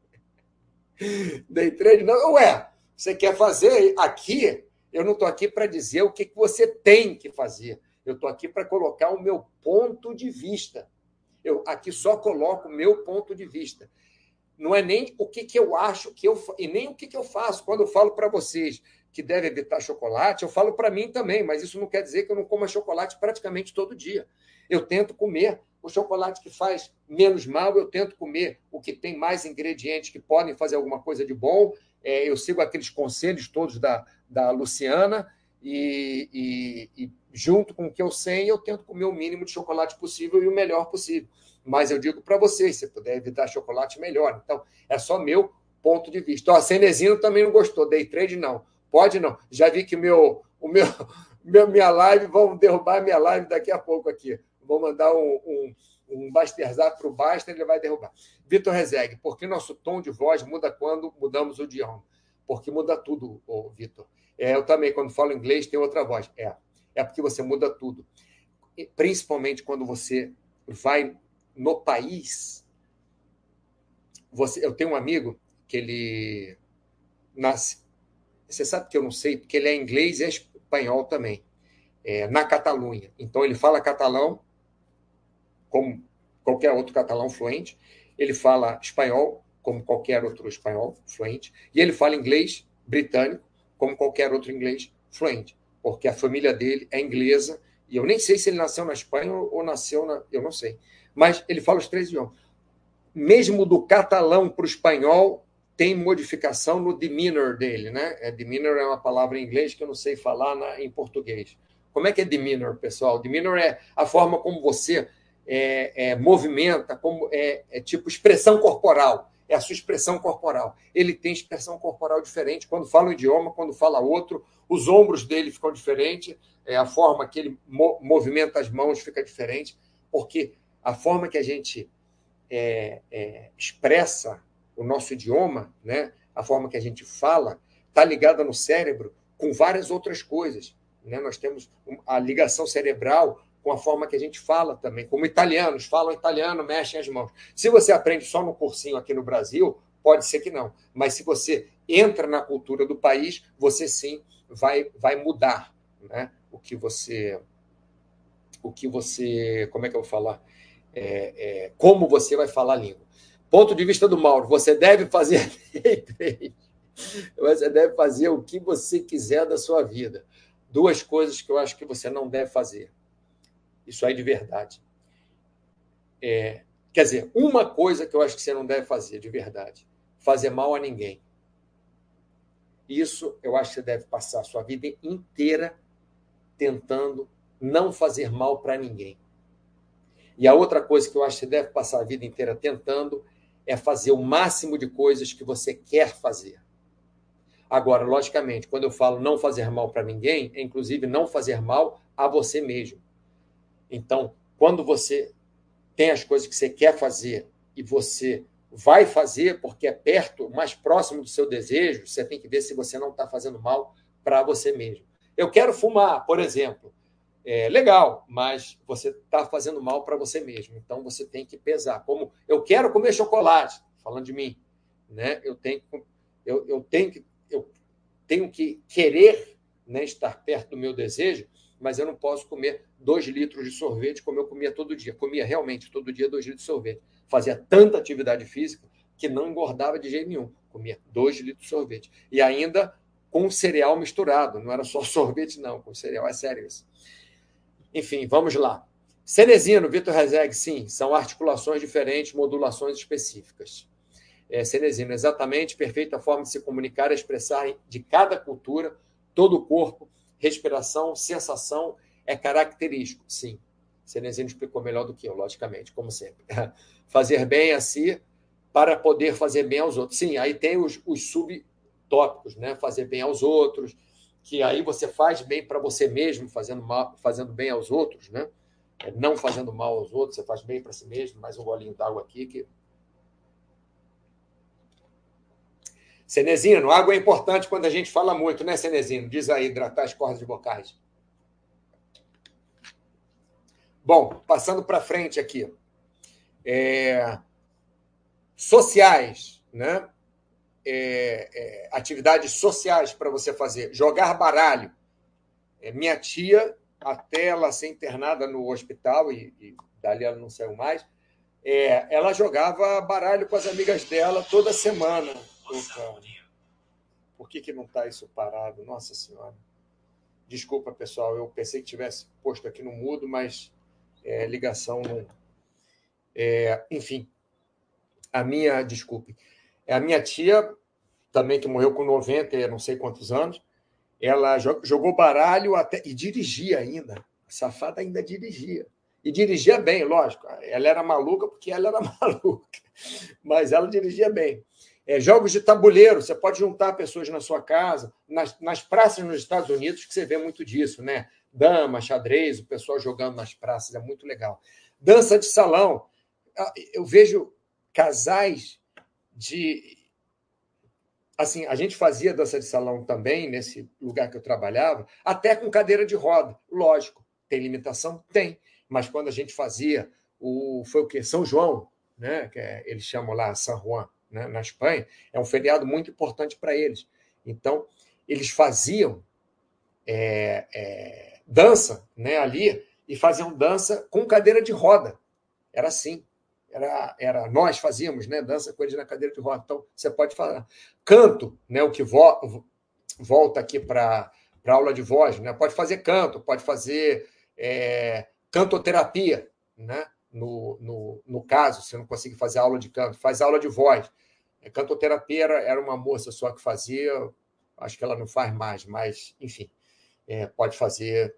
Day trade não, ué, você quer fazer aqui, eu não estou aqui para dizer o que, que você tem que fazer, eu estou aqui para colocar o meu ponto de vista. Eu aqui só coloco o meu ponto de vista. Não é nem o que, que eu acho que eu e nem o que, que eu faço. Quando eu falo para vocês que deve evitar chocolate, eu falo para mim também, mas isso não quer dizer que eu não coma chocolate praticamente todo dia. Eu tento comer o chocolate que faz menos mal, eu tento comer o que tem mais ingredientes que podem fazer alguma coisa de bom. É, eu sigo aqueles conselhos todos da, da Luciana e, e, e, junto com o que eu sei, eu tento comer o mínimo de chocolate possível e o melhor possível. Mas eu digo para vocês, se puder evitar chocolate, melhor. Então, é só meu ponto de vista. Ó, Cenezino também não gostou, day trade não. Pode não. Já vi que meu, o meu, meu, minha live, vão derrubar minha live daqui a pouco aqui. Vou mandar um, um, um Basterzap para o Baster, ele vai derrubar. Vitor Rezegue, por que nosso tom de voz muda quando mudamos o idioma? Porque muda tudo, oh, Vitor. É, eu também, quando falo inglês, tenho outra voz. É, é porque você muda tudo. E, principalmente quando você vai no país. Você, eu tenho um amigo que ele nasce. Você sabe que eu não sei, porque ele é inglês e é espanhol também, é, na Catalunha. Então, ele fala catalão, como qualquer outro catalão fluente, ele fala espanhol, como qualquer outro espanhol fluente, e ele fala inglês britânico, como qualquer outro inglês fluente, porque a família dele é inglesa, e eu nem sei se ele nasceu na Espanha ou nasceu na... Eu não sei. Mas ele fala os três idiomas. Mesmo do catalão para o espanhol, tem modificação no demeanor dele, né? É, demeanor é uma palavra em inglês que eu não sei falar na, em português. Como é que é demeanor, pessoal? Demeanor é a forma como você é, é, movimenta, como é, é tipo expressão corporal. É a sua expressão corporal. Ele tem expressão corporal diferente quando fala um idioma, quando fala outro. Os ombros dele ficam diferentes, é, a forma que ele mo- movimenta as mãos fica diferente, porque a forma que a gente é, é, expressa o nosso idioma, né, a forma que a gente fala, está ligada no cérebro com várias outras coisas. Né? Nós temos a ligação cerebral com a forma que a gente fala também. Como italianos falam italiano, mexem as mãos. Se você aprende só no cursinho aqui no Brasil, pode ser que não. Mas se você entra na cultura do país, você sim vai, vai mudar, né? o que você... O que você... Como é que eu vou falar? É, é, como você vai falar a língua. Ponto de vista do Mauro, você deve fazer você deve fazer o que você quiser da sua vida. Duas coisas que eu acho que você não deve fazer. Isso aí de verdade. É, quer dizer, uma coisa que eu acho que você não deve fazer de verdade. Fazer mal a ninguém. Isso eu acho que você deve passar a sua vida inteira tentando não fazer mal para ninguém. E a outra coisa que eu acho que você deve passar a vida inteira tentando é fazer o máximo de coisas que você quer fazer. Agora, logicamente, quando eu falo não fazer mal para ninguém, é inclusive não fazer mal a você mesmo. Então, quando você tem as coisas que você quer fazer e você vai fazer porque é perto, mais próximo do seu desejo, você tem que ver se você não está fazendo mal para você mesmo. Eu quero fumar, por exemplo. É legal, mas você está fazendo mal para você mesmo. Então, você tem que pesar. Como eu quero comer chocolate, falando de mim, né? eu, tenho, eu, eu, tenho que, eu tenho que querer, né, estar perto do meu desejo, mas eu não posso comer dois litros de sorvete como eu comia todo dia. Comia realmente todo dia dois litros de sorvete. Fazia tanta atividade física que não engordava de jeito nenhum. Comia dois litros de sorvete. E ainda com cereal misturado. Não era só sorvete, não. Com cereal. É sério isso. Enfim, vamos lá. Cenezino, Vitor Rezegue, sim, são articulações diferentes, modulações específicas. É, Cenezino, exatamente, perfeita forma de se comunicar, expressar de cada cultura, todo o corpo, respiração, sensação, é característico, sim. Cenezino explicou melhor do que eu, logicamente, como sempre. Fazer bem a si para poder fazer bem aos outros. Sim, aí tem os, os subtópicos, né? Fazer bem aos outros, que aí você faz bem para você mesmo, fazendo, mal, fazendo bem aos outros, né? é, não fazendo mal aos outros, você faz bem para si mesmo. Mais um golinho d'água aqui. Que... Cenezino, água é importante quando a gente fala muito, né, Cenezino? Diz aí, hidratar as cordas vocais. Bom, passando para frente aqui. É... Sociais, né? É, é, atividades sociais para você fazer. Jogar baralho. É, minha tia, até ela ser internada no hospital, e, e dali ela não saiu mais, é, ela jogava baralho com as amigas dela toda semana. Opa, por que, que não está isso parado? Nossa Senhora. Desculpa, pessoal, eu pensei que tivesse posto aqui no mudo, mas é, ligação não... É, enfim, a minha... Desculpe. A minha tia, também que morreu com noventa, não sei quantos anos, ela jogou baralho até e dirigia ainda. A safada ainda dirigia. E dirigia bem, lógico. Ela era maluca porque ela era maluca, mas ela dirigia bem. É, jogos de tabuleiro, você pode juntar pessoas na sua casa, nas, nas praças nos Estados Unidos, que você vê muito disso, né? Dama, xadrez, o pessoal jogando nas praças, é muito legal. Dança de salão. Eu vejo casais de... Assim, a gente fazia dança de salão também, nesse lugar que eu trabalhava, até com cadeira de roda. Lógico, tem limitação? Tem. Mas quando a gente fazia, o, foi o quê? São João, né? Que é, eles chamam lá San Juan, né? Na Espanha, é um feriado muito importante para eles. Então, eles faziam é, é, dança, né, ali, e faziam dança com cadeira de roda. Era assim. Era, era, nós fazíamos, né, dança com eles na cadeira de roda. Então, você pode falar. Canto, né, o que vo, volta aqui para a aula de voz, né? Pode fazer canto, pode fazer é, cantoterapia, né? No, no, no caso, se não conseguir fazer aula de canto, faz aula de voz. É, cantoterapia era, era uma moça só que fazia, acho que ela não faz mais, mas, enfim, é, pode fazer,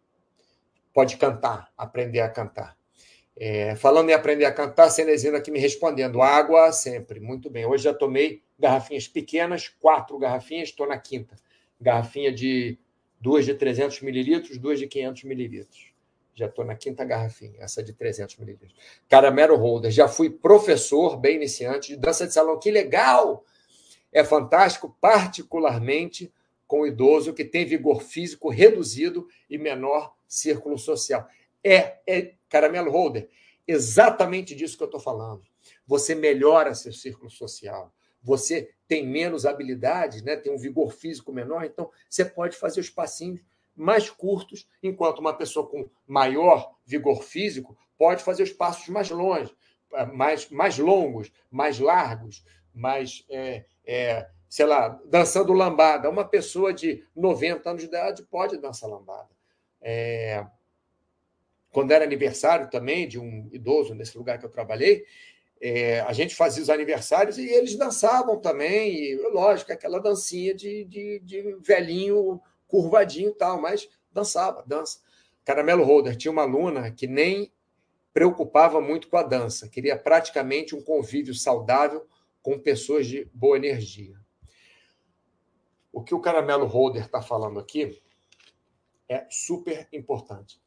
pode cantar, aprender a cantar. É, falando em aprender a cantar, Cenezino aqui me respondendo. Água sempre, muito bem. Hoje já tomei garrafinhas pequenas, quatro garrafinhas, estou na quinta. Garrafinha de duas de trezentos mililitros, duas de quinhentos mililitros. Já estou na quinta garrafinha, essa de trezentos mililitros. Caramelo Holder, já fui professor, bem iniciante, de dança de salão. Que legal! É fantástico, particularmente com o idoso que tem vigor físico reduzido e menor círculo social. É, é, Caramelo Holder, exatamente disso que eu estou falando. Você melhora seu círculo social, você tem menos habilidades, né? Tem um vigor físico menor, então você pode fazer os passinhos mais curtos, enquanto uma pessoa com maior vigor físico pode fazer os passos mais longe, mais, mais longos, mais largos, mais, é, é, sei lá, dançando lambada. Uma pessoa de noventa anos de idade pode dançar lambada. É... Quando era aniversário também de um idoso nesse lugar que eu trabalhei, é, a gente fazia os aniversários e eles dançavam também, e, lógico, aquela dancinha de, de, de velhinho curvadinho e tal, mas dançava, dança. Caramelo Holder tinha uma aluna que nem preocupava muito com a dança, queria praticamente um convívio saudável com pessoas de boa energia. O que o Caramelo Holder está falando aqui é super importante.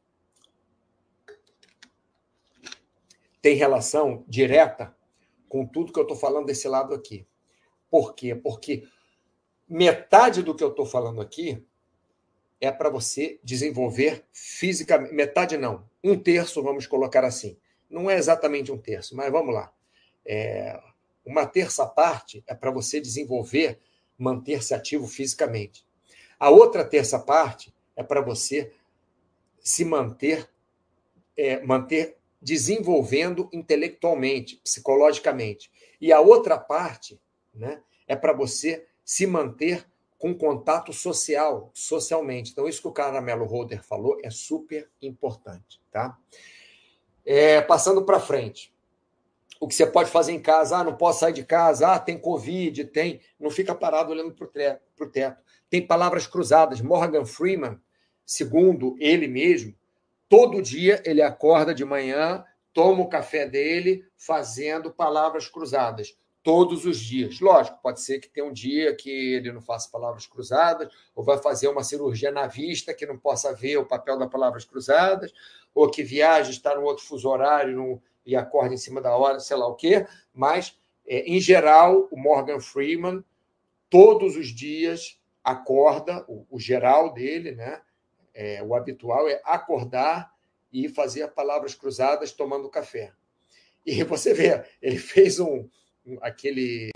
Tem relação direta com tudo que eu estou falando desse lado aqui. Por quê? Porque metade do que eu estou falando aqui é para você desenvolver fisicamente. Metade não, um terço, vamos colocar assim. Não é exatamente um terço, mas vamos lá. É, uma terça parte é para você desenvolver, manter-se ativo fisicamente. A outra terça parte é para você se manter, é, manter desenvolvendo intelectualmente, psicologicamente. E a outra parte, né, é para você se manter com contato social, socialmente. Então, isso que o Caramelo Holder falou é super importante. Tá? É, passando para frente. O que você pode fazer em casa? Ah, não posso sair de casa. Ah, tem Covid, tem... Não fica parado olhando para o teto. Tem palavras cruzadas. Morgan Freeman, segundo ele mesmo, todo dia ele acorda de manhã, toma o café dele, fazendo palavras cruzadas. todos os dias. Lógico, pode ser que tenha um dia que ele não faça palavras cruzadas, ou vai fazer uma cirurgia na vista que não possa ver o papel das palavras cruzadas, ou que viaje, está no outro fuso horário no, e acorde em cima da hora, sei lá o quê. Mas, é, em geral, o Morgan Freeman, todos os dias, acorda, o, o geral dele, né? É, o habitual é acordar e fazer palavras cruzadas tomando café. E você vê, ele fez um, um aquele,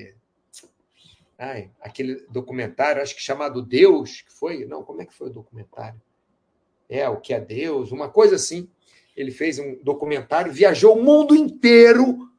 ai, aquele documentário, acho que chamado Deus, que foi? Não, como é que foi o documentário? É, o que é Deus? Uma coisa assim. Ele fez um documentário, viajou o mundo inteiro,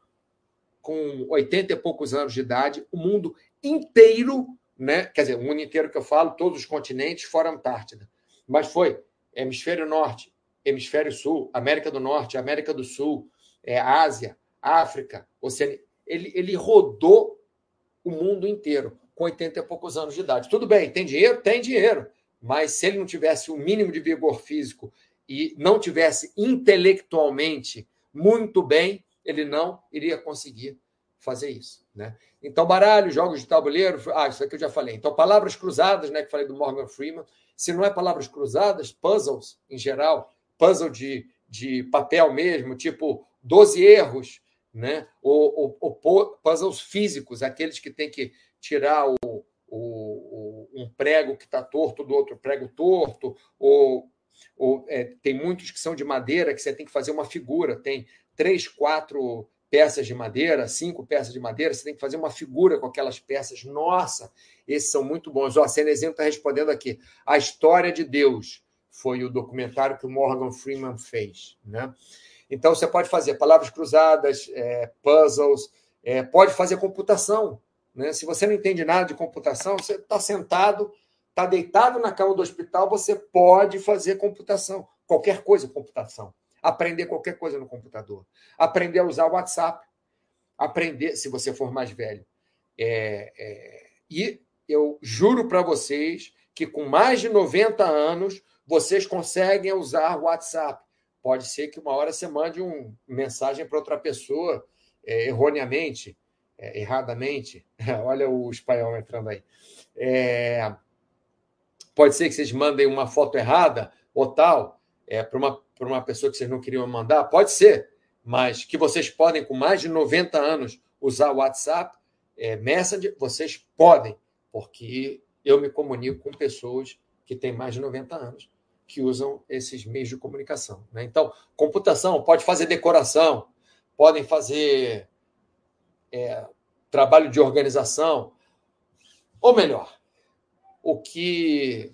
com oitenta e poucos anos de idade, o mundo inteiro, né? Quer dizer, o mundo inteiro que eu falo, todos os continentes, fora a Antártida. Mas foi Hemisfério Norte, Hemisfério Sul, América do Norte, América do Sul, é, Ásia, África, Oceania. Ele, ele rodou o mundo inteiro com oitenta e poucos anos de idade. Tudo bem, tem dinheiro? Tem dinheiro. Mas se ele não tivesse o mínimo de vigor físico e não tivesse intelectualmente muito bem, ele não iria conseguir fazer isso, né? Então, baralho, jogos de tabuleiro... Ah, isso aqui eu já falei. Então, palavras cruzadas, né, que falei do Morgan Freeman. Se não é palavras cruzadas, puzzles, em geral, puzzle de, de papel mesmo, tipo doze erros, né? Ou, ou, ou puzzles físicos, aqueles que tem que tirar o, o, o, um prego que está torto do outro prego torto, ou, ou é, tem muitos que são de madeira, que você tem que fazer uma figura, tem três, quatro peças de madeira, cinco peças de madeira, você tem que fazer uma figura com aquelas peças. Nossa, esses são muito bons. Ó, a Cenezinho está respondendo aqui. A História de Deus foi o documentário que o Morgan Freeman fez, né? Então, você pode fazer palavras cruzadas, é, puzzles, é, pode fazer computação, né? Se você não entende nada de computação, você está sentado, está deitado na cama do hospital, você pode fazer computação. Qualquer coisa, computação. Aprender qualquer coisa no computador. Aprender a usar o WhatsApp. Aprender, se você for mais velho. É, é, e eu juro para vocês que com mais de noventa anos, vocês conseguem usar o WhatsApp. Pode ser que uma hora você mande uma mensagem para outra pessoa é, erroneamente, é, erradamente. Olha o espanhol entrando aí. É, pode ser que vocês mandem uma foto errada ou tal, é, para uma, para uma pessoa que vocês não queriam mandar. Pode ser, mas que vocês podem, com mais de noventa anos, usar o WhatsApp, é, Messenger, vocês podem, porque eu me comunico com pessoas que têm mais de noventa anos, que usam esses meios de comunicação, né? Então, computação, pode fazer decoração, podem fazer é, trabalho de organização, ou melhor, o que,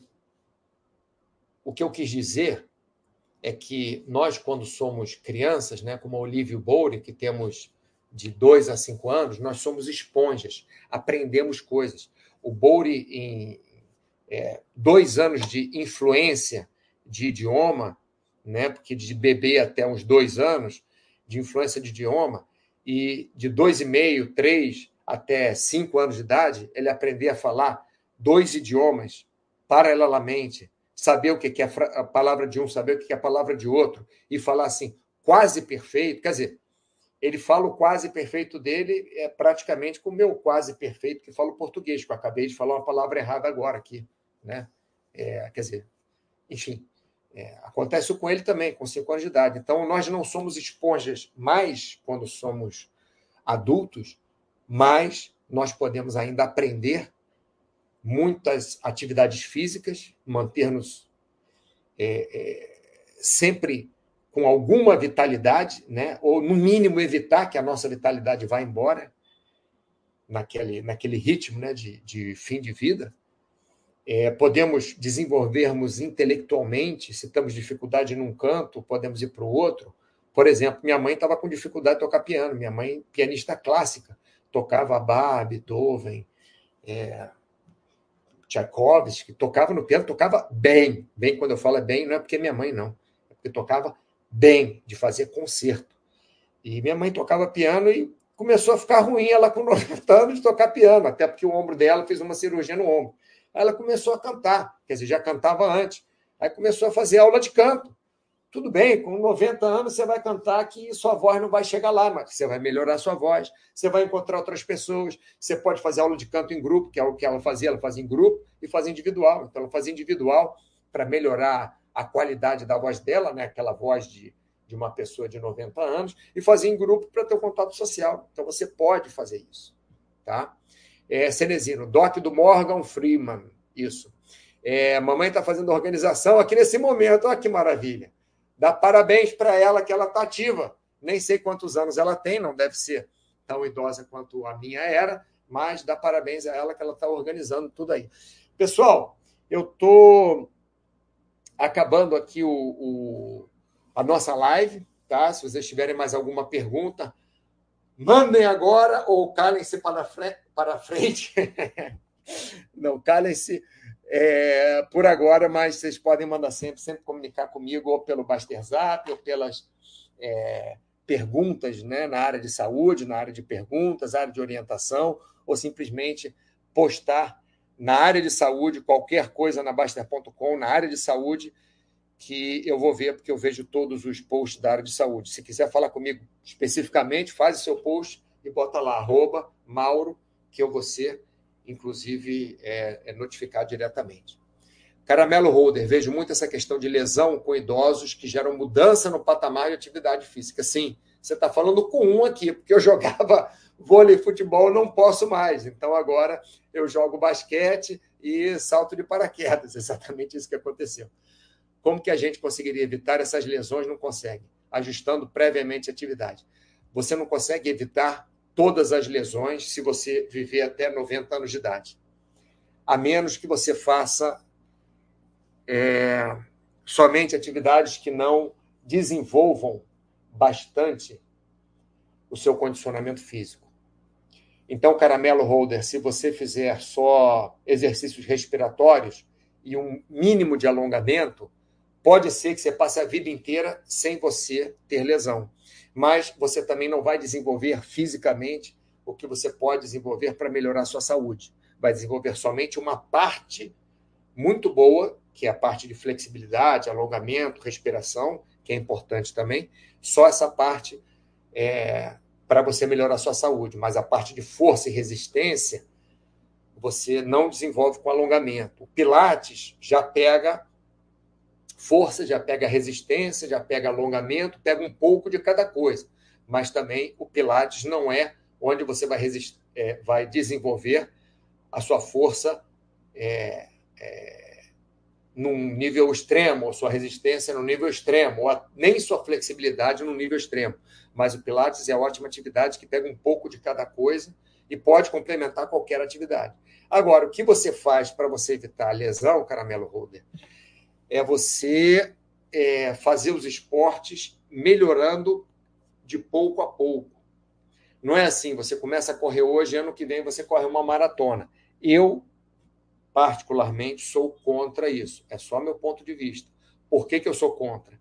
o que eu quis dizer é que nós, quando somos crianças, né, como a Olivia Boure, que temos de dois a cinco anos, nós somos esponjas, aprendemos coisas. O Boure, em é, dois anos de influência de idioma, né, porque de bebê até uns dois anos, de influência de idioma, e de dois e meio, três até cinco anos de idade, ele aprender a falar dois idiomas paralelamente, saber o que é a palavra de um, saber o que é a palavra de outro, e falar assim, quase perfeito. Quer dizer, ele fala o quase perfeito dele é praticamente com o meu quase perfeito, que falo português, que eu acabei de falar uma palavra errada agora aqui, né? É, quer dizer, enfim, é, acontece com ele também, com cinco anos de idade. Então, nós não somos esponjas mais quando somos adultos, mas nós podemos ainda aprender muitas atividades físicas, manter-nos é, é, sempre com alguma vitalidade, né? Ou, no mínimo, evitar que a nossa vitalidade vá embora naquele, naquele ritmo, né? de, de fim de vida. É, podemos desenvolvermos intelectualmente, se temos dificuldade num canto, podemos ir para o outro. Por exemplo, minha mãe estava com dificuldade de tocar piano, minha mãe, pianista clássica, tocava Bach, Beethoven, é, Tchaikovsky, tocava no piano, tocava bem. Bem, quando eu falo é bem, não é porque minha mãe não, é porque tocava bem, de fazer concerto. E minha mãe tocava piano e começou a ficar ruim, ela com noventa anos de tocar piano, até porque o ombro dela fez uma cirurgia no ombro. Aí ela começou a cantar, quer dizer, já cantava antes. Aí começou a fazer aula de canto. Tudo bem, com noventa anos você vai cantar que sua voz não vai chegar lá, mas você vai melhorar sua voz, você vai encontrar outras pessoas, você pode fazer aula de canto em grupo, que é o que ela fazia, ela fazia em grupo e fazia individual. Então, ela fazia individual para melhorar a qualidade da voz dela, né? Aquela voz de, de uma pessoa de noventa anos, e fazia em grupo para ter um contato social. Então, você pode fazer isso. Tá? É, Cenezino, doc do Morgan Freeman, isso. É, mamãe está fazendo organização aqui nesse momento, olha que maravilha. Dá parabéns para ela que ela está ativa. Nem sei quantos anos ela tem, não deve ser tão idosa quanto a minha era, mas dá parabéns a ela que ela está organizando tudo aí. Pessoal, eu estou acabando aqui o, o, a nossa live, tá? Se vocês tiverem mais alguma pergunta, mandem agora ou calem-se para, frente, para frente. Não, calem-se é, por agora, mas vocês podem mandar sempre, sempre comunicar comigo, ou pelo Basterzap, ou pelas é, perguntas, né, na área de saúde, na área de perguntas, área de orientação, ou simplesmente postar na área de saúde, qualquer coisa na Baster ponto com, na área de saúde, que eu vou ver, porque eu vejo todos os posts da área de saúde. Se quiser falar comigo especificamente, faz o seu post e bota lá, arroba Mauro, que eu vou ser, inclusive, é, é notificado diretamente. Caramelo Holder, vejo muito essa questão de lesão com idosos que geram mudança no patamar de atividade física. Sim, você está falando com um aqui, porque eu jogava vôlei e futebol, não posso mais. Então, agora eu jogo basquete e salto de paraquedas. Exatamente isso que aconteceu. Como que a gente conseguiria evitar essas lesões? Não consegue. Ajustando previamente a atividade. Você não consegue evitar todas as lesões se você viver até noventa anos de idade. A menos que você faça é, somente atividades que não desenvolvam bastante o seu condicionamento físico. Então, Caramelo Holder, se você fizer só exercícios respiratórios e um mínimo de alongamento, pode ser que você passe a vida inteira sem você ter lesão. Mas você também não vai desenvolver fisicamente o que você pode desenvolver para melhorar a sua saúde. Vai desenvolver somente uma parte muito boa, que é a parte de flexibilidade, alongamento, respiração, que é importante também. Só essa parte é para você melhorar a sua saúde. Mas a parte de força e resistência, você não desenvolve com alongamento. O Pilates já pega força, já pega resistência, já pega alongamento, pega um pouco de cada coisa. Mas também o Pilates não é onde você vai, resist... é, vai desenvolver a sua força é, é, num nível extremo, ou sua resistência no nível extremo, ou a... nem sua flexibilidade no nível extremo. Mas o Pilates é ótima atividade que pega um pouco de cada coisa e pode complementar qualquer atividade. Agora, o que você faz para você evitar a lesão, Caramelo Holder, é você é, fazer os esportes melhorando de pouco a pouco. Não é assim, você começa a correr hoje, ano que vem você corre uma maratona. Eu, particularmente, sou contra isso. É só meu ponto de vista. Por que, que eu sou contra?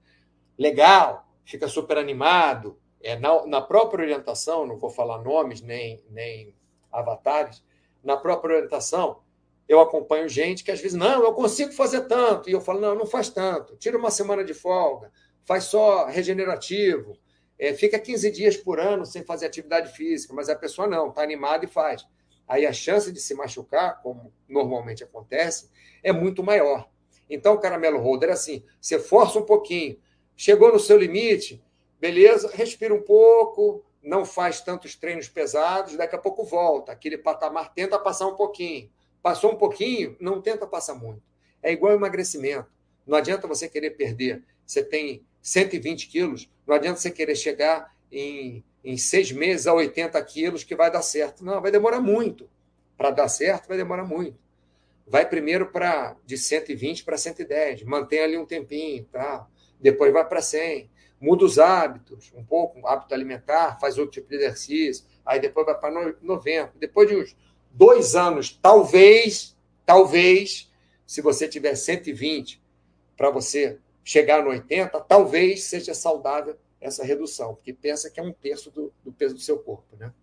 Legal, fica super animado. É, na, na própria orientação, não vou falar nomes nem, nem avatares, na própria orientação, eu acompanho gente que às vezes, não, eu consigo fazer tanto. E eu falo, não, não faz tanto. Tira uma semana de folga, faz só regenerativo, é, fica quinze dias por ano sem fazer atividade física, mas a pessoa não, está animada e faz. Aí a chance de se machucar, como normalmente acontece, é muito maior. Então, Caramelo Holder, é assim, você força um pouquinho, chegou no seu limite, beleza, respira um pouco, não faz tantos treinos pesados, daqui a pouco volta, aquele patamar tenta passar um pouquinho. Passou um pouquinho, não tenta passar muito. É igual emagrecimento. Não adianta você querer perder. Você tem cento e vinte quilos, não adianta você querer chegar em, em seis meses a oitenta quilos que vai dar certo. Não, vai demorar muito. Para dar certo, vai demorar muito. Vai primeiro para de cento e vinte para cento e dez, mantém ali um tempinho, tá? Depois vai para cem. Muda os hábitos, um pouco, um hábito alimentar, faz outro tipo de exercício, aí depois vai para noventa. Depois de uns dois anos, talvez, talvez, se você tiver cento e vinte para você chegar no oitenta, talvez seja saudável essa redução, porque pensa que é um terço do, do peso do seu corpo, né?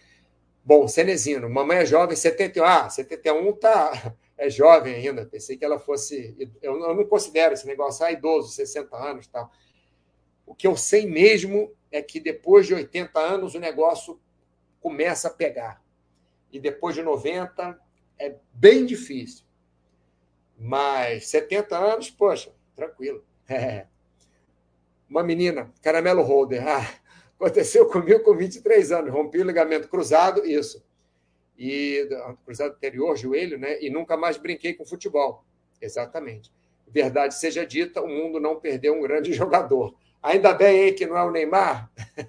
Bom, Cenezino, mamãe é jovem, setenta e um, ah, setenta e um tá, é jovem ainda, pensei que ela fosse, eu, eu não considero esse negócio, ah, idoso, sessenta anos e tal. O que eu sei mesmo é que depois de oitenta anos o negócio começa a pegar. E depois de noventa é bem difícil. Mas setenta anos, poxa, tranquilo. É. Uma menina, caramelo holder. Ah, aconteceu comigo com vinte e três anos. Rompi o ligamento cruzado, isso. E cruzado anterior, joelho, né? E nunca mais brinquei com futebol. Exatamente. Verdade seja dita, o mundo não perdeu um grande jogador. Ainda bem, hein, que não é o Neymar.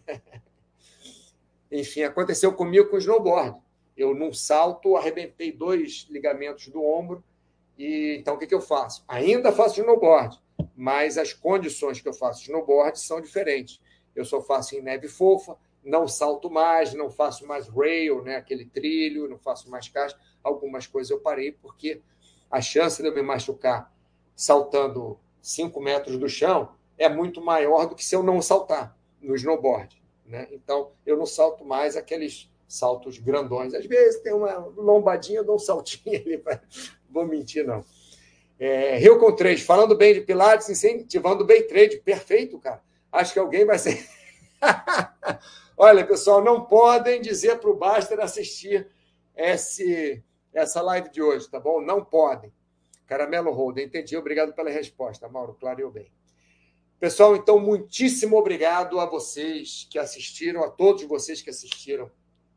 Enfim, aconteceu comigo com o snowboard. Eu, num salto, arrebentei dois ligamentos do ombro. E então, o que, que eu faço? Ainda faço snowboard, mas as condições que eu faço snowboard são diferentes. Eu só faço em neve fofa, não salto mais, não faço mais rail, né, aquele trilho, não faço mais caixa. Algumas coisas eu parei porque a chance de eu me machucar saltando cinco metros do chão é muito maior do que se eu não saltar no snowboard, né? Então, eu não salto mais aqueles saltos grandões. Às vezes tem uma lombadinha, eu dou um saltinho ali. Pra... Vou mentir, não. É, Rio com três, falando bem de Pilates, incentivando o bem trade. Perfeito, cara. Acho que alguém vai ser... Olha, pessoal, não podem dizer para o Baster assistir esse, essa live de hoje, tá bom? Não podem. Caramelo Holder, entendi. Obrigado pela resposta, Mauro. Clareou bem. Pessoal, então, muitíssimo obrigado a vocês que assistiram, a todos vocês que assistiram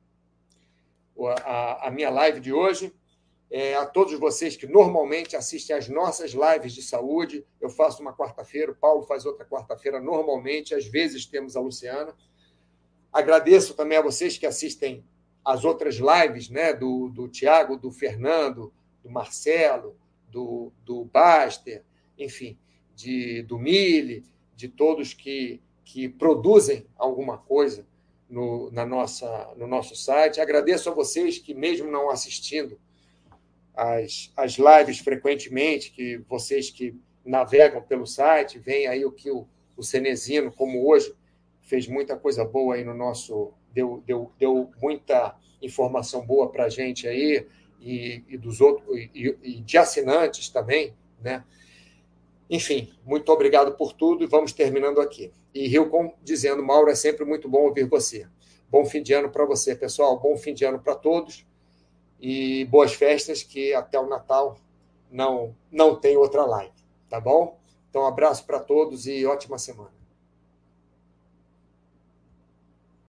a, a minha live de hoje, é, a todos vocês que normalmente assistem às nossas lives de saúde. Eu faço uma quarta-feira, o Paulo faz outra quarta-feira normalmente, às vezes temos a Luciana. Agradeço também a vocês que assistem às outras lives, né, do, do Tiago, do Fernando, do Marcelo, do, do Baster, enfim, de, do Mille, de todos que, que produzem alguma coisa no, na nossa, no nosso site. Agradeço a vocês que, mesmo não assistindo as, as lives frequentemente, que vocês que navegam pelo site, veem aí o que o, o Cenezino, como hoje, fez muita coisa boa aí no nosso... Deu, deu, deu muita informação boa para a gente aí, e, e dos outros, e, e de assinantes também, né? Enfim, muito obrigado por tudo e vamos terminando aqui. E Hilcon dizendo, Mauro, é sempre muito bom ouvir você. Bom fim de ano para você, pessoal. Bom fim de ano para todos e boas festas, que até o Natal não, não tem outra live, tá bom? Então, um abraço para todos e ótima semana.